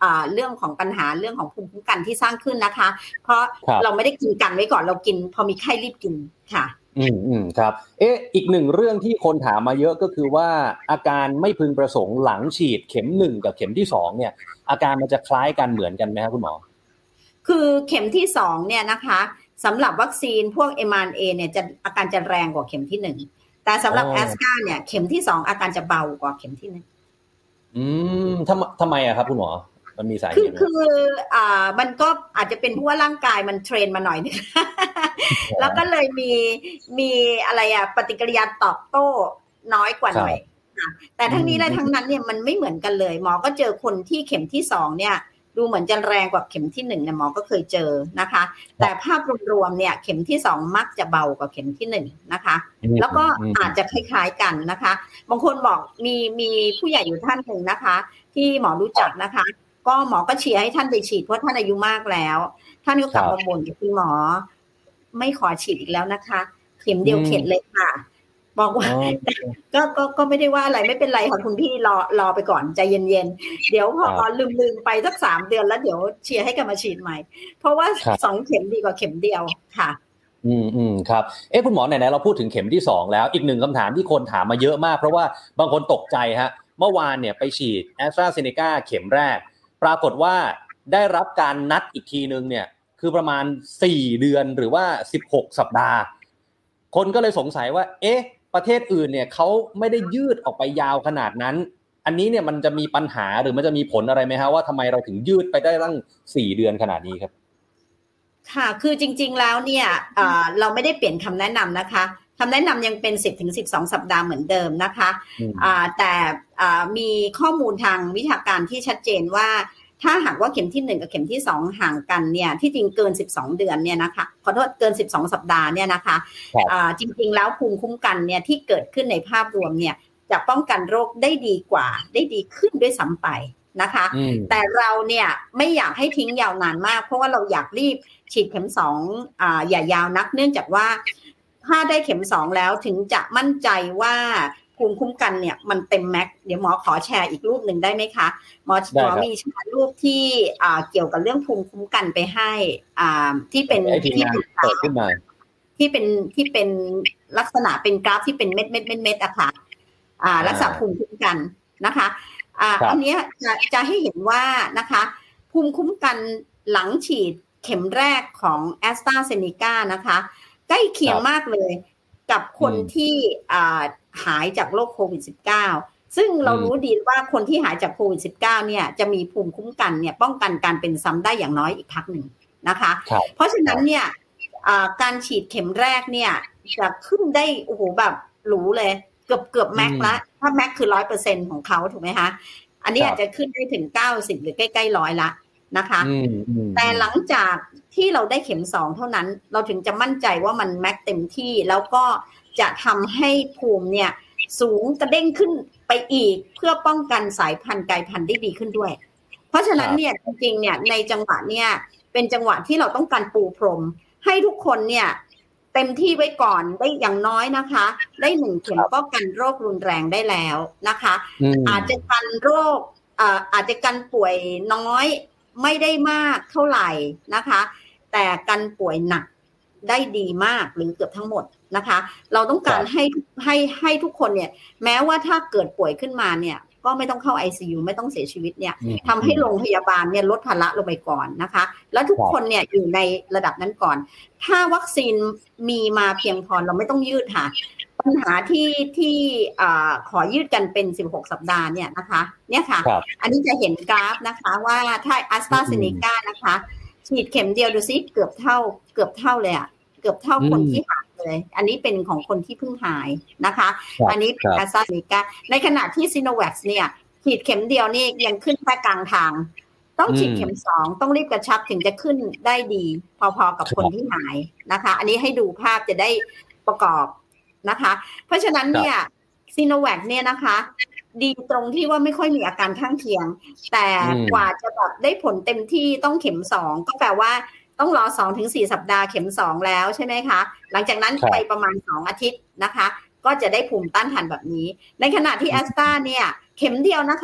เรื่องของปัญหาเรื่องของภูมิคุ้มกันที่สร้างขึ้นนะคะเพราะเราไม่ได้กินกันไว้ก่อนเรากินพอมีไข้รีบกินค่ะ
อืมอืมครับเอ๊ะอีกหนึ่งเรื่องที่คนถามมาเยอะก็คือว่าอาการไม่พึงประสงค์หลังฉีดเข็มหนึ่งกับเข็มที่สองเนี่ยอาการมันจะคล้ายกันเหมือนกันไหมครับคุณหมอ
คือเข็มที่สองเนี่ยนะคะสำหรับวัคซีนพวก เอ็ม อาร์ เอ็น เอ เนี่ยจะอาการจะแรงกว่าเข็มที่หนึ่งแต่สำหรับแอสตราเนี่ยเข็มที่สองอาการจะเบากว่าเข็มที่หนึ่ง
อืมทำทำไมอะครับคุณหมอมันมีสาเหตุ
คือคืออ่ามันก็อาจจะเป็นเพราะว่าร่างกายมันเทรนมาหน่อยนึง แล้วก็เลยมีมีอะไรอะปฏิกิริยาตอบโต้น้อยกว่าหน่อยแต่ทั้งนี้และทั้งนั้นเนี่ยมันไม่เหมือนกันเลยหมอก็เจอคนที่เข็มที่สองเนี่ยดูเหมือนจะแรงกว่าเข็มที่หนึ่งเนี่ยหมอก็เคยเจอนะคะแต่ภาพรวมๆเนี่ยเข็มที่สองมักจะเบากว่าเข็มที่หนึ่งนะคะแล้วก็อาจจะคล้ายๆกันนะคะบางคนบอกมีมีผู้ใหญ่อยู่ท่านหนึ่งนะคะที่หมอรู้จักนะคะก็หมอก็เชียร์ให้ท่านไปฉีดเพราะท่านอายุมากแล้วท่านก็กลับมาบ่นกับคุณหมอไม่ขอฉีดอีกแล้วนะคะเข็มเดียวเข็ดเลยค่ะบอกว่าก็ก็ก็ไม่ได้ว่าอะไรไม่เป็นไรค่ะคุณพี่รอรอไปก่อนใจเย็นๆเดี๋ยวพอลืมลืมไปสักสามเดือนแล้วเดี๋ยวเชียร์ให้กลับมาฉีดใหม่เพราะว่าสองเข็มดีกว่าเข็มเดียวค่ะ
อืมอืมครับเอ๊ะคุณหมอไหนๆเราพูดถึงเข็มที่สองแล้วอีกหนึ่งคำถามที่คนถามมาเยอะมากเพราะว่าบางคนตกใจฮะเมื่อวานเนี่ยไปฉีด AstraZeneca เข็มแรกปรากฏว่าได้รับการนัดอีกทีนึงเนี่ยคือประมาณสี่เดือนหรือว่าสิบหกสัปดาห์คนก็เลยสงสัยว่าเอ๊ะประเทศอื่นเนี่ยเขาไม่ได้ยืดออกไปยาวขนาดนั้นอันนี้เนี่ยมันจะมีปัญหาหรือมันจะมีผลอะไรไหมฮะว่าทำไมเราถึงยืดไปได้ตั้งสี่เดือนขนาดนี้ครับ
ค่ะคือจริงๆแล้วเนี่ยเราไม่ได้เปลี่ยนคำแนะนำนะคะคำแนะนำยังเป็น สิบถึงสิบสอง สัปดาห์เหมือนเดิมนะคะแต่มีข้อมูลทางวิชาการที่ชัดเจนว่าถ้าหากว่าเข็มที่หนึ่งกับเข็มที่สองห่างกันเนี่ยที่จริงเกินสิบสองเดือนเนี่ยนะคะขอโทษเกินสิบสองสัปดาห์เนี่ยนะคะจริงๆแล้วภูมิคุ้มกันเนี่ยที่เกิดขึ้นในภาพรวมเนี่ยจะป้องกันโรคได้ดีกว่าได้ดีขึ้นด้วยซ้ำไปนะคะแต่เราเนี่ยไม่อยากให้ทิ้งยาวนานมากเพราะว่าเราอยากรีบฉีดเข็มสองอ่าอย่ายาวนักเนื่องจากว่าถ้าได้เข็มสองแล้วถึงจะมั่นใจว่าภูมิคุ้มกันเนี่ยมันเต็มแม็กเดี๋ยวหมอขอแชร์อีกรูปหนึ่งได้ไหมคะหมอหมอมีแชร์รูปที่อ่าเกี่ยวกับเรื่องภูมิคุ้มกันไปให้อ่าที่เป็นที่
เปิดขึ้นมา
ที่เป็นที่เป็นลักษณะเป็นกราฟที่เป็นเม็ดเม็ดเม็ดเม็ดอะค่ะอ่าลักษณะภูมิคุ้มกันนะคะอ่าอันนี้จะจะให้เห็นว่านะคะภูมิคุ้มกันหลังฉีดเข็มแรกของ AstraZeneca นะคะใกล้เคียงมากเลยกับคนที่อ่าหายจากโรคโควิด สิบเก้า ซึ่งเรารู้ดีว่าคนที่หายจากโควิด สิบเก้า เนี่ยจะมีภูมิคุ้มกันเนี่ยป้องกันการเป็นซ้ำได้อย่างน้อยอีกพักหนึ่งนะคะเพราะฉะนั้นเนี่ยการฉีดเข็มแรกเนี่ยจะขึ้นได้โอ้โหแบบหรูเลยเกือบเกือบแม็กละถ้าแม็กคือ ร้อยเปอร์เซ็นต์ ของเขาถูกไหมคะอันนี้อาจจะขึ้นได้ถึงเก้าสิบหรือใกล้ๆร้อยละนะคะแต่หลังจากที่เราได้เข็มสองเท่านั้นเราถึงจะมั่นใจว่ามันแม็กเต็มที่แล้วก็จะทำให้ภูมิเนี่ยสูงกระเด้งขึ้นไปอีกเพื่อป้องกันสายพันธุ์กลายพันธุ์ได้ดีขึ้นด้วยเพราะฉะนั้นเนี่ยจริงๆเนี่ยในจังหวะเนี่ยเป็นจังหวะที่เราต้องการปูพรมให้ทุกคนเนี่ยเต็มที่ไว้ก่อนได้อย่างน้อยนะคะได้หนึ่งเข็มป้องกันโรครุนแรงได้แล้วนะคะอาจจะกันโรคอาจจะกันป่วยน้อยไม่ได้มากเท่าไหร่นะคะแต่กันป่วยหนักได้ดีมากหรือเกือบทั้งหมดนะคะเราต้องการให้ให้ให้ทุกคนเนี่ยแม้ว่าถ้าเกิดป่วยขึ้นมาเนี่ยก็ไม่ต้องเข้า ไอ ซี ยู ไม่ต้องเสียชีวิตเนี่ยทำให้โรงพยาบาลเนี่ยลดภาระลงไปก่อนนะคะแล้วทุกคนเนี่ยอยู่ในระดับนั้นก่อนถ้าวัคซีนมีมาเพียงพอเราไม่ต้องยืดค่ะปัญหาที่ที่ขอยืดกันเป็นสิบหกสัปดาห์เนี่ยนะคะเนี่ยค่ะอันนี้จะเห็นกราฟนะคะว่าถ้า AstraZeneca นะคะฉีดเข็มเดียวดูซิเกือบเท่าเกือบเท่าเลยอ่ะเกือบเท่าคนที่หายเลยอันนี้เป็นของคนที่เพิ่งหายนะคะอันนี้เป็น AstraZeneca ในขณะที่ Sinovac เนี่ยฉีดเข็มเดียวนี่ยังขึ้นแค่กลางทางต้องฉีดเข็มสองต้องรีบกระชับถึงจะขึ้นได้ดีพอๆกับคนที่หายนะคะอันนี้ให้ดูภาพจะได้ประกอบนะคะเพราะฉะนั้นเนี่ยซีโนแวคเนี่ยนะคะดีตรงที่ว่าไม่ค่อยมีอาการข้างเคียงแต่กว่าจะแบบได้ผลเต็มที่ต้องเข็มสองก็แปลว่าต้องรอ สองถึงสี่ สัปดาห์เข็มสองแล้วใช่ไหมคะหลังจากนั้นไปประมาณสองอาทิตย์นะคะก็จะได้ภูมิต้านทานแบบนี้ในขณะที่แอสตราเนี่ยเข็มเดียวนะคะ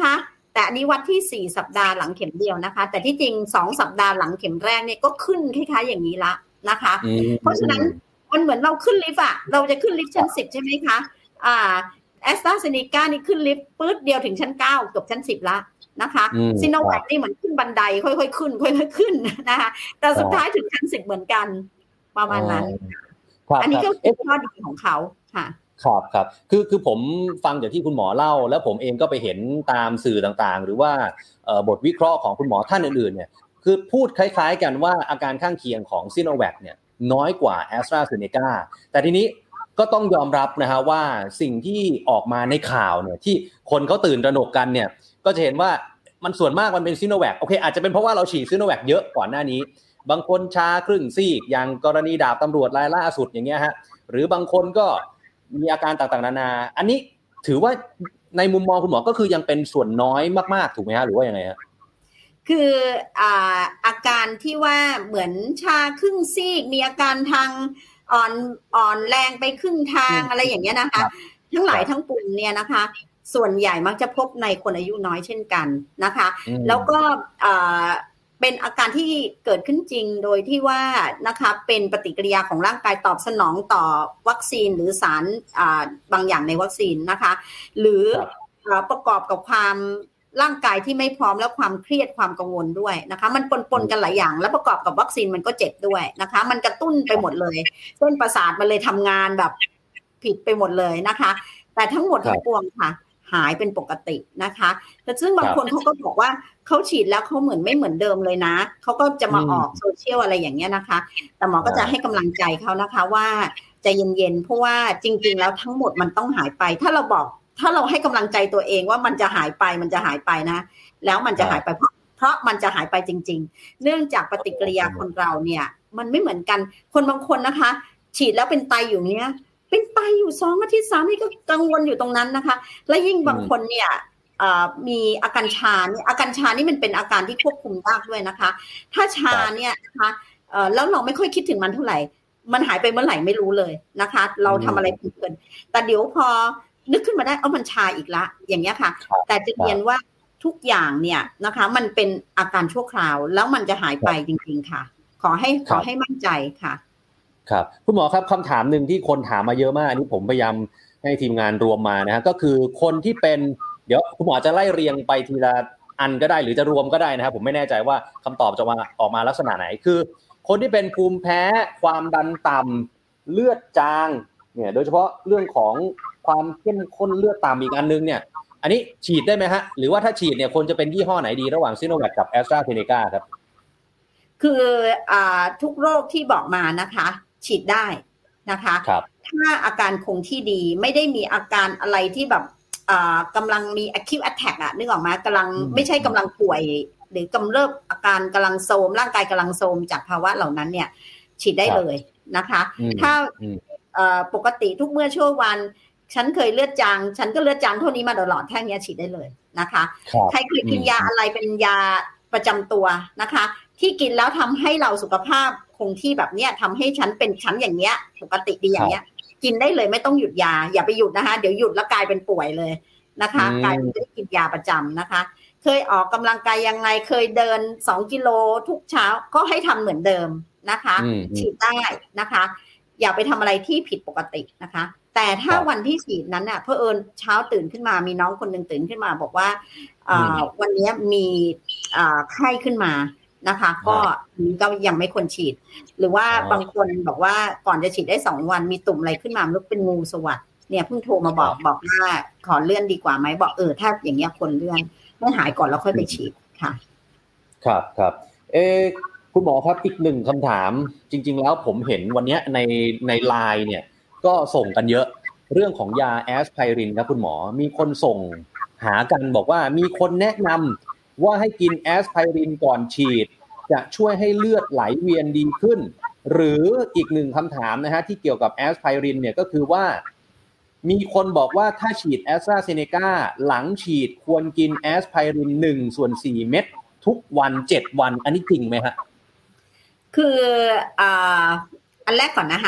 แต่อันนี้วัดที่สี่สัปดาห์หลังเข็มเดียวนะคะแต่ที่จริงสองสัปดาห์หลังเข็มแรกเนี่ยก็ขึ้นคล้ายๆอย่างนี้ละนะคะเพราะฉะนั้นมันเหมือนเราขึ้นลิฟต์อ่ะเราจะขึ้นลิฟต์ชั้นสิบใช่ไหมคะอ่าแอสตราเซเนกานี่ขึ้นลิฟต์ปื๊ดเดียวถึงชั้นเก้าเกือบชั้นสิบละนะคะซิโนแวคนี่เหมือนขึ้นบันไดค่อยๆขึ้นค่อยๆขึ้นนะคะแต่สุดท้ายถึงชั้นสิบเหมือนกันประมาณนั้นอันนี้ก็เป็นข้อดีของเขาค่ะ
ครับครับคือคือผมฟังจากที่คุณหมอเล่าแล้วผมเองก็ไปเห็นตามสื่อต่างๆหรือว่าบทวิเคราะห์ของคุณหมอท่านอื่นๆเนี่ยคือพูดคล้ายๆกันว่าอาการข้างเคียงของซิโนแวคเนี่ยน้อยกว่า AstraZeneca แต่ทีนี้ก็ต้องยอมรับนะฮะว่าสิ่งที่ออกมาในข่าวเนี่ยที่คนเขาตื่นตระหนกกันเนี่ยก็จะเห็นว่ามันส่วนมากมันเป็นซิโนแวคโอเคอาจจะเป็นเพราะว่าเราฉีดซิโนแวคเยอะก่อนหน้านี้บางคนชาครึ่งซีกอย่างกรณีดาบตำรวจรายล่าสุดอย่างเงี้ยฮะหรือบางคนก็มีอาการต่างๆนานาอันนี้ถือว่าในมุมมองคุณหมอก็คือยังเป็นส่วนน้อยมากๆถูกไหมฮะหรือว่ายังไงฮะ
คืออ่าอาการที่ว่าเหมือนชาครึ่งซีกมีอาการทางอ่อนอ่อนแรงไปครึ่งทางอะไรอย่างเงี้ยนะคะทั้งหลายทั้งปวงเนี่ยนะคะส่วนใหญ่มักจะพบในคนอายุน้อยเช่นกันนะคะแล้วก็อ่าเป็นอาการที่เกิดขึ้นจริงโดยที่ว่านะคะเป็นปฏิกิริยาของร่างกายตอบสนองต่อวัคซีนหรือสารอ่าบางอย่างในวัคซีนนะคะหรือประกอบกับความร่างกายที่ไม่พร้อมและความเครียดความกังวลด้วยนะคะมันปนๆกันหลายอย่างแล้วประกอบกับวัคซีนมันก็เจ็บด้วยนะคะมันกระตุ้นไปหมดเลยเส้นประสาทมันเลยทำงานแบบผิดไปหมดเลยนะคะแต่ทั้งหมดทั้งปวงค่ะหายเป็นปกตินะคะแต่ซึ่งบางคนเขาก็บอกว่าเขาฉีดแล้วเขาเหมือนไม่เหมือนเดิมเลยนะเขาก็จะมาออกโซเชียลอะไรอย่างเงี้ยนะคะแต่หมอก็จะให้กำลังใจเขานะคะว่าใจเย็นๆเพราะว่าจริงๆแล้วทั้งหมดมันต้องหายไปถ้าเราบอกถ้าเราให้กำลังใจตัวเองว่ามันจะหายไปมันจะหายไปนะแล้วมันจะหายไปเพราะเพราะมันจะหายไปจริงๆเนื่องจากปฏิกิริยาคนเราเนี่ยมันไม่เหมือนกันคนบางคนนะคะฉีดแล้วเป็นไตอยู่เนี้ยเป็นไตอยู่สองอาทิตย์สามอาทิตย์ก็กังวลอยู่ตรงนั้นนะคะและยิ่งบางคนเนี่ยมีอาการชาเนี่ยอาการชานี่มันเป็นอาการที่ควบคุมยากด้วยนะคะถ้าชาเนี่ยนะคะแล้วเราไม่ค่อยคิดถึงมันเท่าไหร่มันหายไปเมื่อไหร่ไม่รู้เลยนะคะเราทำอะไรผิดเกินแต่เดี๋ยวพอนึกขึ้นมาได้เอามันชาอีกละอย่างเงี้ยค่ะแต่จะเรียนว่าทุกอย่างเนี่ยนะคะมันเป็นอาการชั่วคราวแล้วมันจะหายไปจริงๆค่ะขอให้ขอให้มั่นใจค่ะ
ครับคุณหมอครับคำถามหนึ่งที่คนถามมาเยอะมากอันนี้ผมพยายามให้ทีมงานรวมมานะฮะก็คือคนที่เป็นเดี๋ยวคุณหมอจะไล่เรียงไปทีละอันก็ได้หรือจะรวมก็ได้นะครับผมไม่แน่ใจว่าคำตอบจะมาออกมาลักษณะไหนคือคนที่เป็นภูมิแพ้ความดันต่ำเลือดจางเนี่ยโดยเฉพาะเรื่องของความเข้มข้นเลือดต่ำอีกอันนึงเนี่ยอันนี้ฉีดได้ไหมฮะหรือว่าถ้าฉีดเนี่ยควรจะเป็นยี่ห้อไหนดีระหว่างซิโนแวคกับแอสตราเซเนกาครับ
คืออ่าทุกโรคที่บอกมานะคะฉีดได้นะคะถ้าอาการคงที่ดีไม่ได้มีอาการอะไรที่แบบอ่ากำลังมี acute attack อ่ะนึกออกไหมกำลังไม่ใช่กำลังป่วยหรือกำเริบอาการกำลังโทรมร่างกายกำลังโทรมจากภาวะเหล่านั้นเนี่ยฉีดได้เลยนะคะถ้าปกติทุกเมื่อชั่ววันฉันเคยเลือดจางฉันก็เลือดจางเท่านี้มาตลอดแค่นี้ฉีดได้เลยนะคะใครเคยกินยาอะไรเป็นยาประจำตัวนะคะที่กินแล้วทำให้เราสุขภาพคงที่แบบเนี้ยทำให้ฉันเป็นฉันอย่างเงี้ยปกติดีอย่างเงี้ยกินได้เลยไม่ต้องหยุดยาอย่าไปหยุดนะคะเดี๋ยวหยุดแล้วกลายเป็นป่วยเลยนะคะกลายเป็นได้กินยาประจำนะคะเคยออกกำลังกายยังไงเคยเดินสองกิโลทุกเช้าก็ให้ทำเหมือนเดิมนะคะฉีดได้นะคะอย่าไปทำอะไรที่ผิดปกตินะคะแต่ถ้าวันที่ฉีดนั้นน่ะเผอิญเช้าตื่นขึ้นมามีน้องคนนึงตื่นขึ้นมาบอกว่าวันนี้มีไข้ขึ้นมานะคะก็ก็ยังไม่ควรฉีดหรือว่าบางคนบอกว่าก่อนจะฉีดได้สองวันมีตุ่มอะไรขึ้นมาลุกเป็นงูสวัสด์เนี่ยเพิ่งโทรมาบอกบอกว่าขอเลื่อนดีกว่าไหมบอกเออถ้าอย่างเงี้ยควรเลื่อนให้หายก่อนแล้วค่อยไปฉีดค่ะ
ครับครับเออคุณหมอครับอีกหนึ่งคำถามจริงๆแล้วผมเห็นวันนี้ในในไลน์เนี่ยก็ส่งกันเยอะเรื่องของยาแอสไพรินครับคุณหมอมีคนส่งหากันบอกว่ามีคนแนะนำว่าให้กินแอสไพรินก่อนฉีดจะช่วยให้เลือดไหลเวียนดีขึ้นหรืออีกหนึ่งคำถามนะฮะที่เกี่ยวกับแอสไพรินเนี่ยก็คือว่ามีคนบอกว่าถ้าฉีดแอสตราเซเนกาหลังฉีดควรกินแอสไพรินหนึ่งส่วนสี่เม็ดทุกวันเจ็ดวันอันนี้จริงไหมฮะ
คืออ่าอันแรกก่อนนะคะ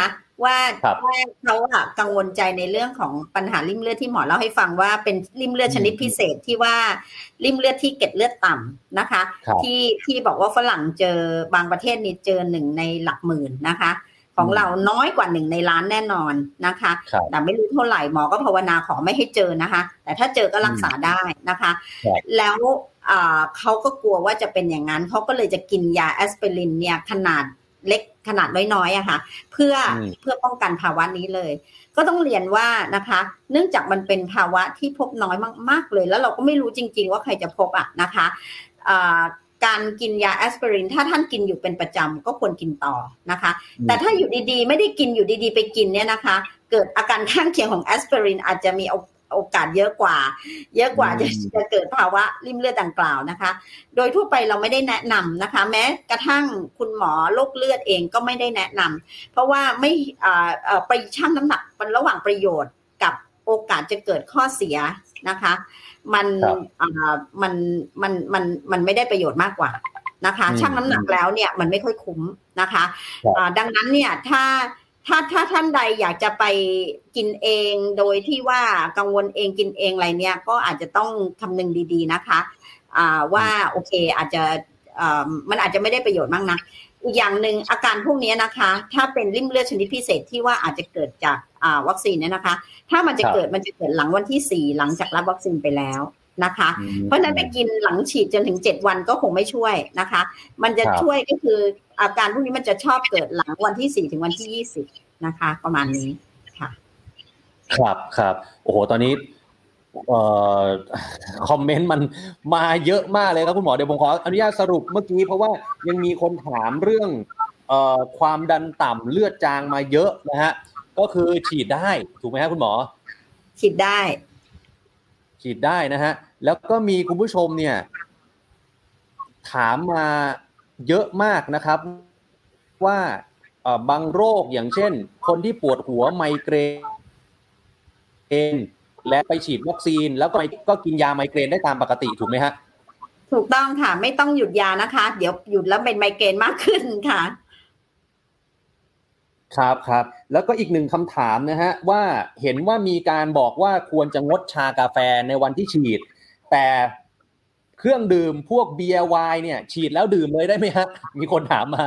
ว่าว่าเขาอะกังวลใจในเรื่องของปัญหาริ่มเลือดที่หมอเล่าให้ฟังว่าเป็นริ่มเลือดชนิดพิเศษที่ว่าริ่มเลือดที่เกล็ดเลือดต่ำนะคะที่ที่บอกว่าฝรั่งเจอบางประเทศนี่เจอหนึ่งในหลักหมื่นนะคะของเราน้อยกว่าหนึ่งในล้านแน่นอนนะคะแต่ไม่รู้เท่าไหร่หมอก็ภาวนาขอไม่ให้เจอนะคะแต่ถ้าเจอก็รักษาได้นะคะแล้วเขาก็กลัวว่าจะเป็นอย่างนั้นเขาก็เลยจะกินยาแอสไพรินเนี่ยขนาดเล็กขนาดน้อยๆอะค่ะเพื่อเพื่อป้องกันภาวะนี้เลยก็ต้องเรียนว่านะคะเนื่องจากมันเป็นภาวะที่พบน้อยมากๆเลยแล้วเราก็ไม่รู้จริงๆว่าใครจะพบอะนะคะการกินยาแอสไพรินถ้าท่านกินอยู่เป็นประจำก็ควรกินต่อนะคะแต่ถ้าอยู่ดีๆไม่ได้กินอยู่ดีๆไปกินเนี่ยนะคะเกิดอาการข้างเคียงของแอสไพรินอาจจะมีโอกาสเยอะกว่าเยอะกว่าจะจะเกิดภาวะริ่มเลือดดังกล่าวนะคะโดยทั่วไปเราไม่ได้แนะนำนะคะแม้กระทั่งคุณหมอโรคเลือดเองก็ไม่ได้แนะนำเพราะว่าไม่ไปชั่งน้ำหนักระหว่างประโยชน์กับโอกาสจะเกิดข้อเสียนะคะมันมันมันมันมันไม่ได้ประโยชน์มากกว่านะคะชั่งน้ำหนักแล้วเนี่ยมันไม่ค่อยคุ้มนะคะดังนั้นเนี่ยถ้าถ้าถ้าท่านใดอยากจะไปกินเองโดยที่ว่ากังวลเองกินเองอะไรเนี่ยก็อาจจะต้องคำนึงดีๆนะคะว่าโอเคอาจจะมันอาจจะไม่ได้ประโยชน์มากนักอีกอย่างหนึ่งอาการพวกนี้นะคะถ้าเป็นริ่มเลือดชนิดพิเศษที่ว่าอาจจะเกิดจากวัคซีนเนี่ยนะคะถ้ามันจะเกิดมันจะเกิดหลังวันที่สี่หลังจากรับวัคซีนไปแล้วนะคะเพราะนั้นไปกินหลังฉีดจนถึงเจ็ดวันก็คงไม่ช่วยนะคะมันจะช่วยก็คืออาการพวกนี้มันจะชอบเกิดหลังวันที่สี่ถึงวันที่ยี่สิบนะคะประมาณนี้ค่ะ
ครับครับโอ้โหตอนนี้เอ่อคอมเมนต์มันมาเยอะมากเลยครับคุณหมอเดี๋ยวผมขออนุญาตสรุปเมื่อกี้เพราะว่ายังมีคนถามเรื่องเอ่อความดันต่ำเลือดจางมาเยอะนะฮะก็คือฉีดได้ถูกไหมครับคุณหมอ
ฉีดได้
ฉีดได้นะฮะแล้วก็มีคุณผู้ชมเนี่ยถามมาเยอะมากนะครับว่าเอ่อบางโรคอย่างเช่นคนที่ปวดหัวไมเกรนและไปฉีดวัคซีนแล้วก็ก็กินยาไมเกรนได้ตามปกติถูกไหมฮะ
ถูกต้องค่ะไม่ต้องหยุดยานะคะเดี๋ยวหยุดแล้วเป็นไมเกรนมากขึ้นค่ะ
ครับครับแล้วก็อีกหนึ่งคำถามนะฮะว่าเห็นว่ามีการบอกว่าควรจะงดชากาแฟในวันที่ฉีดแต่เครื่องดื่มพวกเบียร์ไวน์เนี่ยฉีดแล้วดื่มเลยได้ไหมฮะมีคนถามมา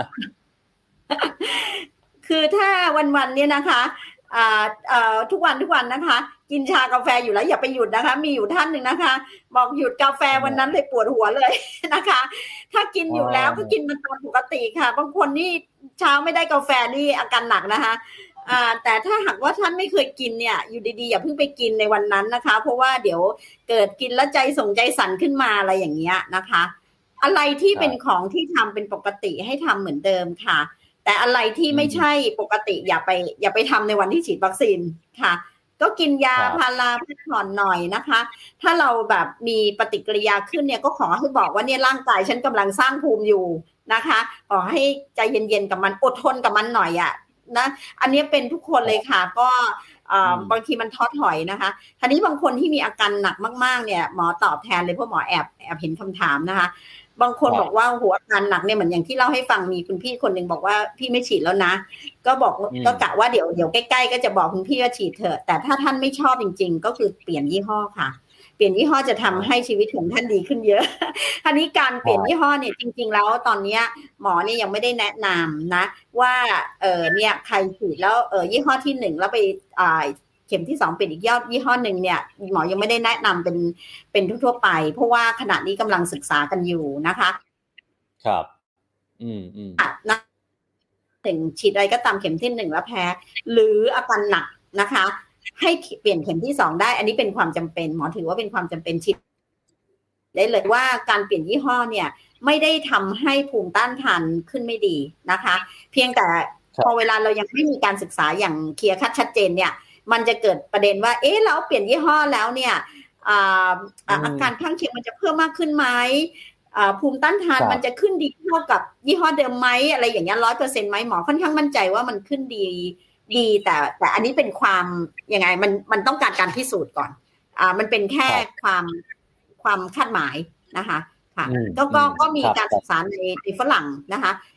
คือถ้าวันๆเนี่ยนะคะอ่าเอ่อทุกวันทุกวันนะคะกินชากาแฟอยู่แล้วอย่าไปหยุดนะคะมีอยู่ท่านหนึ่งนะคะบอกหยุดกาแฟวันนั้นเลยปวดหัวเลยนะคะถ้ากินอยู่แล้วก็กินมันตามปกติค่ะบางคนนี่เช้าไม่ได้กาแฟนี่อาการหนักนะคะอ่าแต่ถ้าหากว่าท่านไม่เคยกินเนี่ยอยู่ดีๆอย่าเพิ่งไปกินในวันนั้นนะคะเพราะว่าเดี๋ยวเกิดกินแล้วใจส่งใจสั่นขึ้นมาอะไรอย่างเงี้ยนะคะอะไรที่เป็นของที่ทำเป็นปกติให้ทำเหมือนเดิมค่ะแต่อะไรที่ไม่ใช่ปกติอย่าไปอย่าไปทำในวันที่ฉีดวัคซีนค่ะก็กินยาพาราพักผ่อนหน่อยนะคะถ้าเราแบบมีปฏิกิริยาขึ้นเนี่ยก็ขอให้บอกว่าเนี่ยร่างกายฉันกำลังสร้างภูมิอยู่นะคะขอให้ใจเย็นๆกับมันอดทนกับมันหน่อยอ่ะนะอันนี้เป็นทุกคนเลยค่ะก็บางทีมันท้อถอยนะคะทีนี้บางคนที่มีอาการหนักมากๆเนี่ยหมอตอบแทนเลยเพราะหมอแอบแอบเห็นคำถามนะคะบางคนบอกว่าหัวอาการหนักเนี่ยเหมือนอย่างที่เล่าให้ฟังมีคุณพี่คนนึงบอกว่าพี่ไม่ฉีดแล้วนะก็บอกก็กะว่าเดี๋ยวเดี๋ยวใกล้ๆก็จะบอกคุณพี่ว่าฉีดเถอะแต่ถ้าท่านไม่ชอบจริงๆก็คือเปลี่ยนยี่ห้อค่ะเปลี่ยนยี่ห้อจะทำให้ชีวิตของท่านดีขึ้นเยอะทีนี้การเปลี่ยนยี่ห้อเนี่ยจริงๆแล้วตอนนี้หมอเนี่ยยังไม่ได้แนะนำนะว่าเออเนี่ยใครฉีดแล้วเออยี่ห้อที่หนึ่งแล้วไปอ่าเข็มที่สองเป็นอีกยอดยี่ห้อหนึ่งเนี่ยหมอยังไม่ได้แนะนำเป็นเป็นทั่วๆไปเพราะว่าขณะนี้กำลังศึกษากันอยู่นะคะ
ครับอืมอืม
นะถึงฉีดอะไรก็ตามเข็มที่หนึ่งแล้วแพ้หรืออาการหนักนะคะให้เปลี่ยนเข็มที่สองได้อันนี้เป็นความจำเป็นหมอถือว่าเป็นความจำเป็นฉีดได้เลยว่าการเปลี่ยนยี่ห้อเนี่ยไม่ได้ทำให้ภูมิต้านทานขึ้นไม่ดีนะคะเพียงแต่พอเวลาเรายังไม่มีการศึกษาอย่างเคลียร์คัดชัดเจนเนี่ยมันจะเกิดประเด็นว่าเอ๊ะเราเปลี่ยนยี่ห้อแล้วเนี่ยอ่าอาการข้างเคียงมันจะเพิ่มมากขึ้นไหมภูมิต้านทานมันจะขึ้นดีเท่ากับยี่ห้อเดิมไหมอะไรอย่างเงี้ยร้อยเปอร์เซ็นต์ไหมหมอค่อนข้างมั่นใจว่ามันขึ้นดีดีแต่แต่อันนี้เป็นความยังไงมันมันต้องการการพิสูจน์ก่อนอ่ามันเป็นแค่ความความคาดหมายนะคะค่ะก็ก็ก็มีการศึกษาในในฝรั่งนะคะ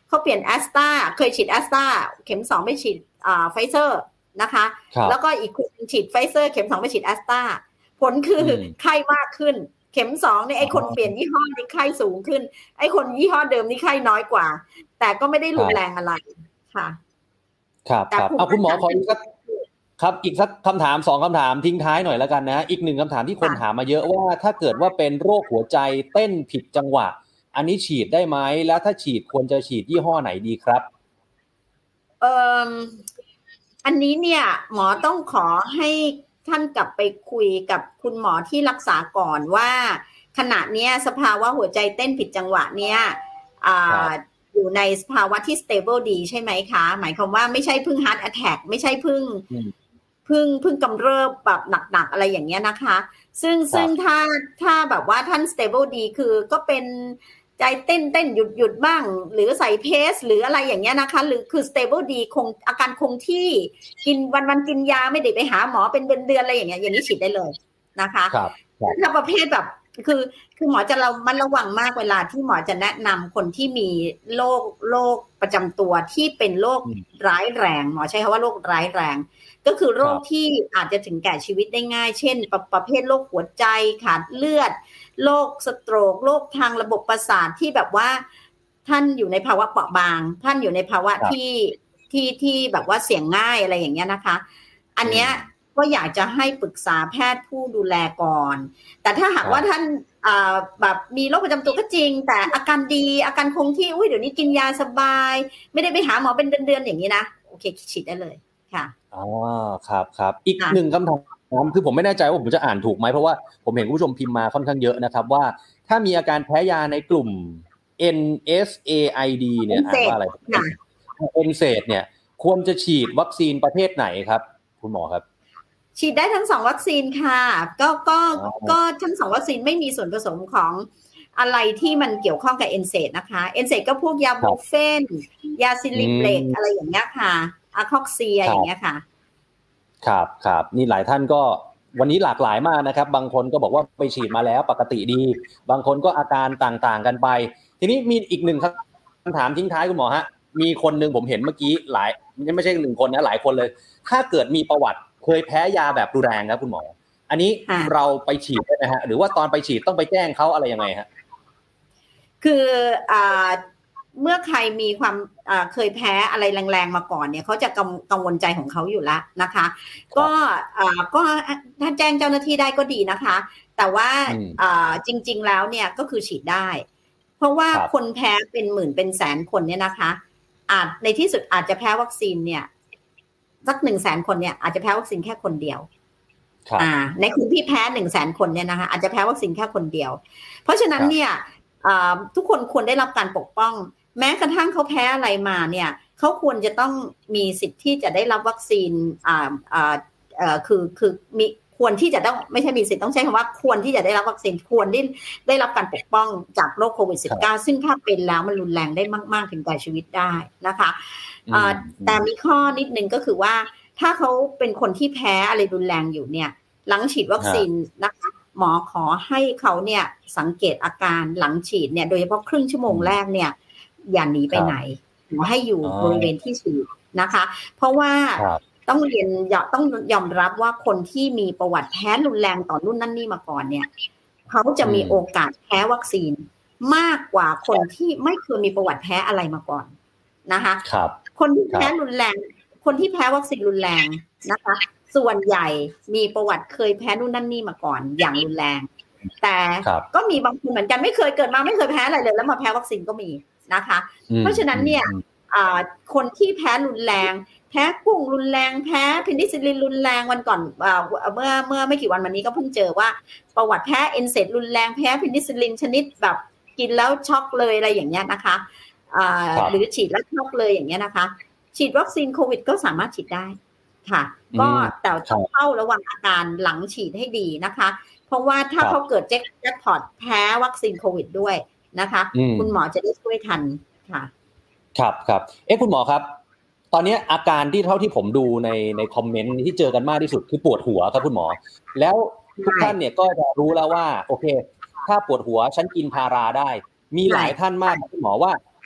เขาเปลี่ยนแอสตราเคยฉีดแอสตราเข็มสองไปฉีดอ่าไฟเซอร์นะคะแล้วก็อีกคนฉีดไฟเซอร์เข็มสองไปฉีดแอสตราผลคือไข้มากขึ้นเข็มสองเนี่ยไอ้คนเปลี่ยนยี่ห้อนี่ไข้สูงขึ้นไอ้คนยี่ห้อเดิมนี่ไข้น้อยกว่าแต่ก็ไม่ได้รุนแรงอะไรค่ะ
ครับครับเอาคุณหมอขออีกสักครับอีกสักคำถามสองคำถามทิ้งท้ายหน่อยแล้วกันนะอีกหนึ่งคำถามที่คนถามมาเยอะว่าถ้าเกิดว่าเป็นโรคหัวใจเต้นผิดจังหวะอันนี้ฉีดได้ไหมแล้วถ้าฉีดควรจะฉีดยี่ห้อไหนดีครับ
เอ่ออันนี้เนี่ยหมอต้องขอให้ท่านกลับไปคุยกับคุณหมอที่รักษาก่อนว่าขณะนี้สภาวะหัวใจเต้นผิดจังหวะเนี่ยอ่าอยู่ในสภาวะที่ stable ดีใช่ไหมคะหมายความว่าไม่ใช่เพิ่ง heart attack ไม่ใช่เพิ่งเพิ่งเพิ่งกำเริบแบบหนักๆอะไรอย่างเงี้ยนะคะซึ่งซึ่งถ้าถ้าแบบว่าท่าน stable ดีคือก็เป็นใจเต้นเต้นหยุดหยุดบ้างหรือใส่เพสหรืออะไรอย่างเงี้ยนะคะหรือคือ stable ดีคงอาการคงที่กินวันวันกินยาไม่ได้ไปหาหมอเป็นเดือนๆอะไรอย่างเงี้ยอย่างนี้ฉีดได้เลยนะคะถ้าประเภทแบบคือคือหมอจะเรามันระวังมากเวลาที่หมอจะแนะนำคนที่มีโรคโรคประจำตัวที่เป็นโรคร้ายแรงหมอใช้คำว่าโรคร้ายแรงก็คือโรคที่อาจจะถึงแก่ชีวิตได้ง่ายเช่นประประเภทโรคหัวใจขาดเลือดโรคสโตรกโรคทางระบบประสาทที่แบบว่าท่านอยู่ในภาวะเปราะบางท่านอยู่ในภาวะที่ที่ที่แบบว่าเสี่ยงง่ายอะไรอย่างเงี้ยนะคะอันเนี้ยก็อยากจะให้ปรึกษาแพทย์ผู้ดูแลก่อนแต่ถ้าหากว่าท่านแบบมีโรคประจำตัวก็จริงแต่อาการดีอาการคงที่อุ้ยเดี๋ยวนี้กินยาสบายไม่ได้ไปหาหมอเป็นเดือนๆอย่างนี้นะโอเคฉีดได้เลยค่ะ
อ๋อครับครับอีกหนึ่งคำถามคือผมไม่แน่ใจว่าผมจะอ่านถูกไหมเพราะว่าผมเห็นผู้ชมพิมพ์มาค่อนข้างเยอะนะครับว่าถ้ามีอาการแพ้ยาในกลุ่ม เอ็น เอส เอ ไอ ดี เนี่ยอ่านว่าอะไร เอ็น เซด เนี่ยควรจะฉีดวัคซีนประเภทไหนครับคุณหมอครับ
ฉีดได้ทั้งสองวัคซีนค่ะก็ก็ก็ทั้งสองวัคซีนไม่มีส่วนผสมของอะไรที่มันเกี่ยวข้องกับ เอ็น เซด นะคะ เอ็น เซด ก็พวกยาบูเฟนยาซิลิเบรกอะไรอย่างเงี้ยค่ะอะคอกเซียอย่างเงี้ยค่ะ
ครับครับนี่หลายท่านก็วันนี้หลากหลายมากนะครับบางคนก็บอกว่าไปฉีดมาแล้วปกติดีบางคนก็อาการต่างๆกันไปทีนี้มีอีกหนึ่งคำถามทิ้งท้ายคุณหมอฮะมีคนนึงผมเห็นเมื่อกี้หลายไม่ใช่หนึ่งคนนะหลายคนเลยถ้าเกิดมีประวัติเคยแพ้ยาแบบรุนแรงครับคุณหมออันนี้เราไปฉีดได้ไหมฮะหรือว่าตอนไปฉีดต้องไปแจ้งเขาอะไรยังไงฮะ
คืออ่าเมื่อใครมีความเคยแพ้อะไรแรงๆมาก่อนเนี่ยเขาจะกังวลใจของเขาอยู่แล้วนะคะก็ก็ถ้าแจ้งเจ้าหน้าที่ได้ก็ดีนะคะแต่ว่าจริงๆแล้วเนี่ยก็คือฉีดได้เพราะว่าคนแพ้เป็นหมื่นเป็นแสนคนเนี่ยนะคะอาจในที่สุดอาจจะแพ้วัคซีนเนี่ยสักหนึ่งแสนคนเนี่ยอาจจะแพ้วัคซีนแค่คนเดียวอ่าในคนที่แพ้หนึ่งแสนคนเนี่ยนะคะอาจจะแพ้วัคซีนแค่คนเดียวเพราะฉะนั้นเนี่ยทุกคนควรได้รับการปกป้องแม้กระทั่งเขาแพ้อะไรมาเนี่ยเขาควรจะต้องมีสิทธิ์ที่จะได้รับวัคซีนอ่าอ่าเอ่อคือคือมีควรที่จะต้องไม่ใช่มีสิทธิ์ต้องใช้คำว่าควรที่จะได้รับวัคซีนควรได้ได้รับการปกป้องจากโรคโควิด สิบเก้า ซึ่งถ้าเป็นแล้วมันรุนแรงได้มากๆถึงแก่ชีวิตได้นะคะอ่าแต่มีข้อนิดนึงก็คือว่าถ้าเขาเป็นคนที่แพ้อะไรรุนแรงอยู่เนี่ยหลังฉีดวัคซีนนะคะหมอขอให้เขาเนี่ยสังเกตอาการหลังฉีดเนี่ยโดยเฉพาะครึ่งชั่วโมงแรกเนี่ยอย่าหนีไปไหนขอให้อยู่บริเวณที่ฉีดนะคะเพราะว่าต้องเรียนต้องยอมรับว่าคนที่มีประวัติแพ้รุนแรงต่อรุ่นนั่นนี่มาก่อนเนี่ยเขาจะมีโอกาสแพ้วัคซีนมากกว่าคนที่ไม่เคยมีประวัติแพ้อะไรมาก่อนนะคะคนที่แพ้รุนแรงคนที่แพ้วัคซีนรุนแรงนะคะส่วนใหญ่มีประวัติเคยแพ้นู่นนั่นนี่มาก่อนอย่างรุนแรงแต่ก็มีบางคนเหมือนกันไม่เคยเกิดมาไม่เคยแพ้อะไรเลยแล้วมาแพ้วัคซีนก็มีนะคะเพราะฉะนั้นเนี่ยคนที่แพ้รุนแรงแพ้กุ้งรุนแรงแพ้เพนิซิลลินรุนแรงวันก่อนเมื่อเมื่อไม่กี่วันมานี้ก็เพิ่งเจอว่าประวัติแพ้เอนเซดรุนแรงแพ้เพนิซิลลินชนิดแบบกินแล้วช็อกเลยอะไรอย่างเงี้ยนะคะหรือฉีดแล้วช็อกเลยอย่างเงี้ยนะคะฉีดวัคซีนโควิดก็สามารถฉีดได้ค่ะก็แต่ต้องเฝ้าระวังอาการหลังฉีดให้ดีนะคะเพราะว่าถ้าเขาเกิดแจ็คพอตแพ้วัคซีนโควิดด้วยนะคะคุณหมอจะได้ช่วยทันค่ะ
ครับครับเอ๊ะคุณหมอครับตอนนี้อาการที่เท่าที่ผมดูในในคอมเมนต์ที่เจอกันมากที่สุดคือปวดหัวครับคุณหมอแล้วทุกท่านเนี่ยก็จะรู้แล้วว่าโอเคถ้าปวดหัวฉันกินพาราได้มีหลายท่านมากคุณหมอว่า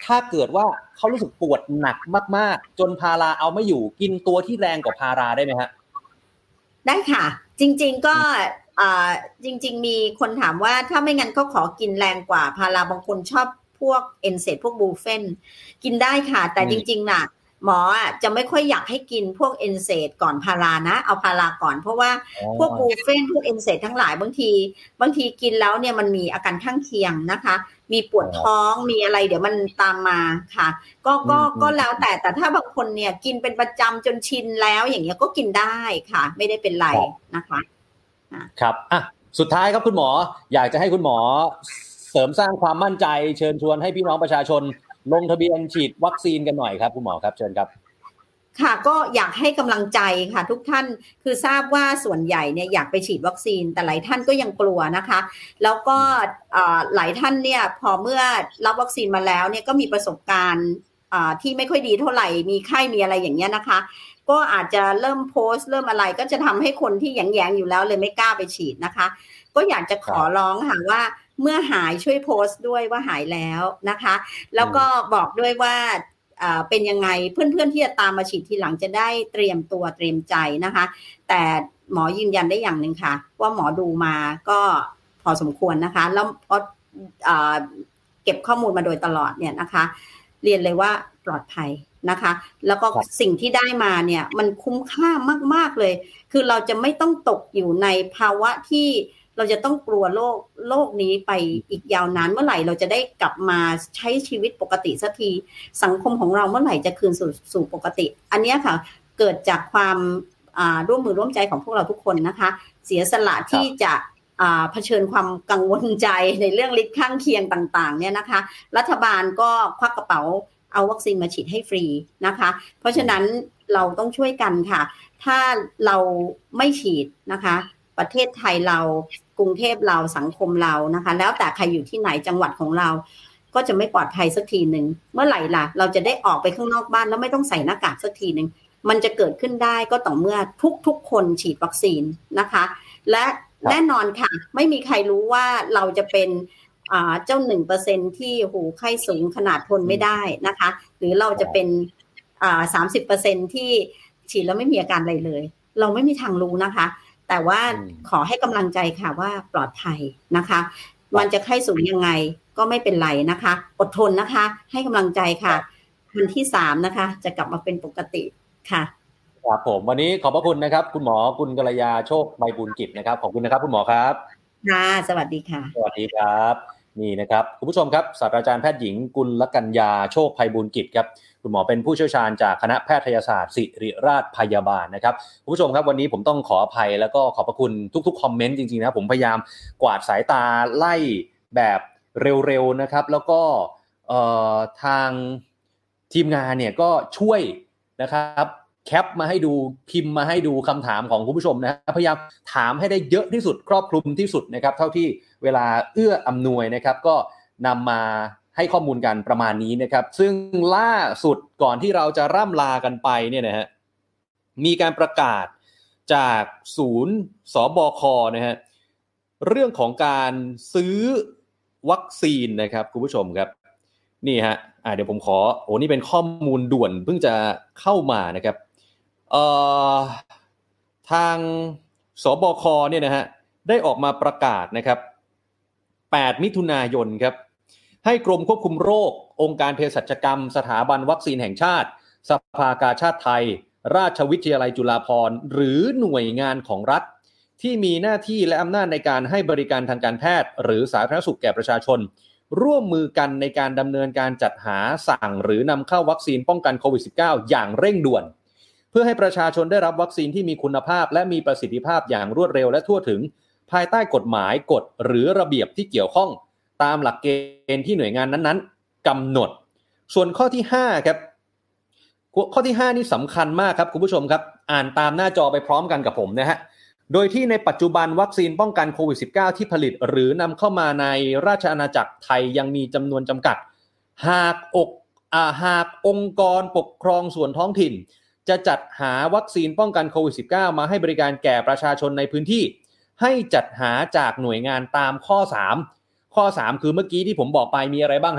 ถ้าเกิดว่าเขารู้สึกปวดหนักมากๆจนพาราเอาไม่อยู่กินตัวที่แรงกว่าพาราได้ไหมฮะ
ได้ค่ะจริงๆก็อ่าจริงๆมีคนถามว่าถ้าไม่งั้นก็ขอกินแรงกว่าพาราบางคนชอบพวกเอนเซดพวกบูเฟนกินได้ค่ะแต่จริงๆน่ะหมออ่ะจะไม่ค่อยอยากให้กินพวกเอนเซดก่อนพารานะเอาพาราก่อนเพราะว่าพวกบูเฟนพวกเอนเซดทั้งหลายบางทีบางทีกินแล้วเนี่ยมันมีอาการข้างเคียงนะคะมีปวดท้องมีอะไรเดี๋ยวมันตามมาค่ะก็ก็ก็แล้วแต่แต่ถ้าบางคนเนี่ยกินเป็นประจำจนชินแล้วอย่างเงี้ยก็กินได้ค่ะไม่ได้เป็นไรนะคะ
ครับอ่ะสุดท้ายครับคุณหมออยากจะให้คุณหมอเสริมสร้างความมั่นใจเชิญชวนให้พี่น้องประชาชนลงทะเบียนฉีดวัคซีนกันหน่อยครับคุณหมอครับเชิญครับ
ค่ะก็อยากให้กำลังใจค่ะทุกท่านคือทราบว่าส่วนใหญ่เนี่ยอยากไปฉีดวัคซีนแต่หลายท่านก็ยังกลัวนะคะแล้วก็หลายท่านเนี่ยพอเมื่อรับวัคซีนมาแล้วเนี่ยก็มีประสบการณ์ที่ไม่ค่อยดีเท่าไหร่มีไข้มีอะไรอย่างเงี้ยนะคะก็อาจจะเริ่มโพสต์เริ่มอะไรก็จะทำให้คนที่แยงๆอยู่แล้วเลยไม่กล้าไปฉีดนะคะก็อยากจะขอร้องค่ะว่าเมื่อหายช่วยโพสต์ด้วยว่าหายแล้วนะคะแล้วก็บอกด้วยว่าเป็นยังไงเพื่อนๆที่จะตามมาฉีดทีหลังจะได้เตรียมตัวเตรียมใจนะคะแต่หมอยืนยันได้อย่างนึงค่ะว่าหมอดูมาก็พอสมควรนะคะแล้วก็เก็บข้อมูลมาโดยตลอดเนี่ยนะคะเรียนเลยว่าปลอดภัยนะคะแล้วก็สิ่งที่ได้มาเนี่ยมันคุ้มค่ามากๆเลยคือเราจะไม่ต้องตกอยู่ในภาวะที่เราจะต้องกลัวโลกโลกนี้ไปอีกยาวนานเมื่อไหร่เราจะได้กลับมาใช้ชีวิตปกติสักทีสังคมของเราเมื่อไหร่จะคืนสู่สู่ปกติอันนี้ค่ะเกิดจากความร่วมมือร่วมใจของพวกเราทุกคนนะคะเสียสละที่จะเผชิญความกังวลใจในเรื่องฤทธิ์ข้างเคียงต่างๆเนี่ยนะคะรัฐบาลก็ควักกระเป๋าเอาวัคซีนมาฉีดให้ฟรีนะคะเพราะฉะนั้นเราต้องช่วยกันค่ะถ้าเราไม่ฉีดนะคะประเทศไทยเรากรุงเทพเราสังคมเรานะคะแล้วแต่ใครอยู่ที่ไหนจังหวัดของเราก็จะไม่ปลอดภัยสักทีนึงเมื่อไหร่ล่ะเราจะได้ออกไปข้างนอกบ้านแล้วไม่ต้องใส่หน้ากากสักทีนึงมันจะเกิดขึ้นได้ก็ต่อเมื่อทุกๆคนฉีดวัคซีนนะคะและแน่นอนค่ะไม่มีใครรู้ว่าเราจะเป็นเจ้า หนึ่งเปอร์เซ็นต์ ที่หูไข้สูงขนาดทนไม่ได้นะคะหรือเราจะเป็นสามสิบเปอร์เซ็นต์ ที่ฉีดแล้วไม่มีอาการอะไรเลยเราไม่มีทางรู้นะคะแต่ว่าขอให้กำลังใจค่ะว่าปลอดภัยนะคะมันจะไข้สูงยังไงก็ไม่เป็นไรนะคะอดทนนะคะให้กำลังใจค่ะวันที่สามนะคะจะกลับมาเป็นปกติค่ะ
ครับผมวันนี้ขอบพระคุณนะครับคุณหมอกุลกัลยาโชคไพบูลย์กิจนะครับขอบคุณนะครับคุณหมอครับ
ค่ะสวัสดีค่ะ
สวัสดีครับนี่นะครับคุณผู้ชมครับศาสตราจารย์แพทย์หญิงกุลกัลยาโชคไพบูลย์กิจครับคุณหมอเป็นผู้เชี่ยวชาญจากคณะแพทยศาสตร์ศิริราชพยาบาลนะครับคุณผู้ชมครับวันนี้ผมต้องขออภัยแล้วก็ขอบพระคุณทุกๆคอมเมนต์จริงๆนะผมพยายามกวาดสายตาไล่แบบเร็วๆนะครับแล้วก็เอ่อทางทีมงานเนี่ยก็ช่วยนะครับแคปมาให้ดูพิมพ์มาให้ดูคำถามของคุณผู้ชมนะพยายามถามให้ได้เยอะที่สุดครอบคลุมที่สุดนะครับเท่าที่เวลาเอื้ออำนวยนะครับก็นำมาให้ข้อมูลกันประมาณนี้นะครับซึ่งล่าสุดก่อนที่เราจะร่ำลากันไปเนี่ยนะฮะมีการประกาศจากศูนย์สบคนะฮะเรื่องของการซื้อวัคซีนนะครับคุณผู้ชมครับนี่ฮะอ่าเดี๋ยวผมขอโอ้นี่เป็นข้อมูลด่วนเพิ่งจะเข้ามานะครับเอ่อทางสบคเนี่ยนะฮะได้ออกมาประกาศนะครับแปดมิถุนายนครับให้กรมควบคุมโรคองค์การเภสัชกรรมสถาบันวัคซีนแห่งชาติสภากาชาดไทยราชวิทยาลัยจุฬาภรณ์หรือหน่วยงานของรัฐที่มีหน้าที่และอำนาจในการให้บริการทางการแพทย์หรือสาธารณสุขแก่ประชาชนร่วมมือกันในการดำเนินการจัดหาสั่งหรือนำเข้าวัคซีนป้องกันโควิด สิบเก้า อย่างเร่งด่วนเพื่อให้ประชาชนได้รับวัคซีนที่มีคุณภาพและมีประสิทธิภาพอย่างรวดเร็วและทั่วถึงภายใต้กฎหมายกฎหรือระเบียบที่เกี่ยวข้องตามหลักเกณฑ์ที่หน่วยงานนั้นๆกำหนดส่วนข้อที่ห้าครับข้อที่ห้านี่สำคัญมากครับคุณผู้ชมครับอ่านตามหน้าจอไปพร้อมกันกับผมนะฮะโดยที่ในปัจจุบันวัคซีนป้องกันโควิด สิบเก้า ที่ผลิตหรือนำเข้ามาในราชอาณาจักรไทยยังมีจำนวนจำกัดหากอกอ่าหากองค์กรปกครองส่วนท้องถิ่นจะจัดหาวัคซีนป้องกันโควิด สิบเก้า มาให้บริการแก่ประชาชนในพื้นที่ให้จัดหาจากหน่วยงานตามข้อสามข้อสามคือเมื่อกี้ที่ผมบอกไปมีอะไรบ้างฮะ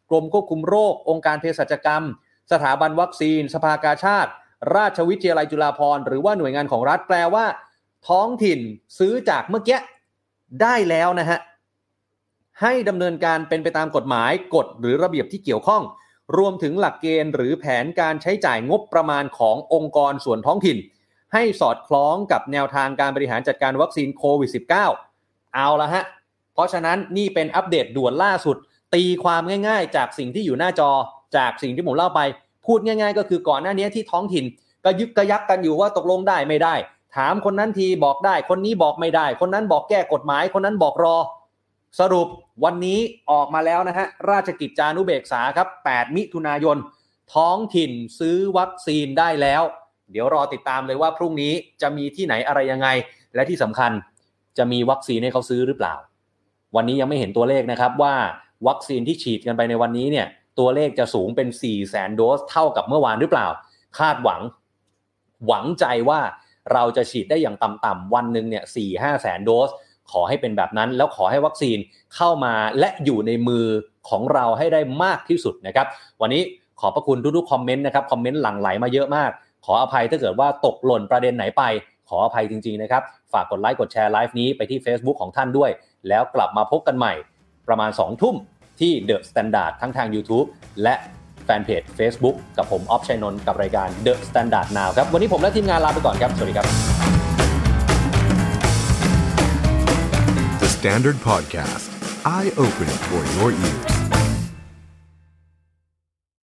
กรมควบคุมโรคองค์การเภสัชกรรมสถาบันวัคซีนสภากาชาดราชวิทยาลัยจุฬาภรณ์หรือว่าหน่วยงานของรัฐแปลว่าท้องถิ่นซื้อจากเมื่อกี้ได้แล้วนะฮะให้ดำเนินการเป็นไปตามกฎหมายกฎหรือระเบียบที่เกี่ยวข้องรวมถึงหลักเกณฑ์หรือแผนการใช้จ่ายงบประมาณขององค์กรส่วนท้องถิ่นให้สอดคล้องกับแนวทางการบริหารจัดการวัคซีนโควิด สิบเก้า เอาละฮะเพราะฉะนั้นนี่เป็นอัปเดตด่วนล่าสุดตีความง่ายๆจากสิ่งที่อยู่หน้าจอจากสิ่งที่ผมเล่าไปพูดง่ายๆก็คือก่อนหน้านี้ที่ท้องถิ่นก็ยึกกระยักกันอยู่ว่าตกลงได้ไม่ได้ถามคนนั้นทีบอกได้คนนี้บอกไม่ได้คนนั้นบอกแก้กฎหมายคนนั้นบอกรอสรุปวันนี้ออกมาแล้วนะฮะราชกิจจานุเบกษาครับแปดมิถุนายนท้องถิ่นซื้อวัคซีนได้แล้วเดี๋ยวรอติดตามเลยว่าพรุ่งนี้จะมีที่ไหนอะไรยังไงและที่สำคัญจะมีวัคซีนให้เขาซื้อหรือเปล่าวันนี้ยังไม่เห็นตัวเลขนะครับว่าวัคซีนที่ฉีดกันไปในวันนี้เนี่ยตัวเลขจะสูงเป็น สี่แสน โดสเท่ากับเมื่อวานหรือเปล่าคาดหวังหวังใจว่าเราจะฉีดได้อย่างต่ำๆวันนึงเนี่ย สี่ถึงห้า แสนโดสขอให้เป็นแบบนั้นแล้วขอให้วัคซีนเข้ามาและอยู่ในมือของเราให้ได้มากที่สุดนะครับวันนี้ขอบพระคุณทุกๆคอมเมนต์นะครับคอมเมนต์หลั่งไหลมาเยอะมากขออภัยถ้าเกิดว่าตกหล่นประเด็นไหนไปขออภัยจริงๆนะครับฝากกดไลค์กดแชร์ไลฟ์นี้ไปที่ Facebook ของท่านด้วยแล้วกลับมาพบกันใหม่ประมาณ สองทุ่มที่ The Standard ทั้งทาง YouTube และแฟนเพจ Facebook กับผมออฟชัยนนท์กับรายการ The Standard Now ครับวันนี้ผมและทีมงานลาไปก่อนครับสวัสดีครับ
The Standard Podcast Eye Opening for Your Ears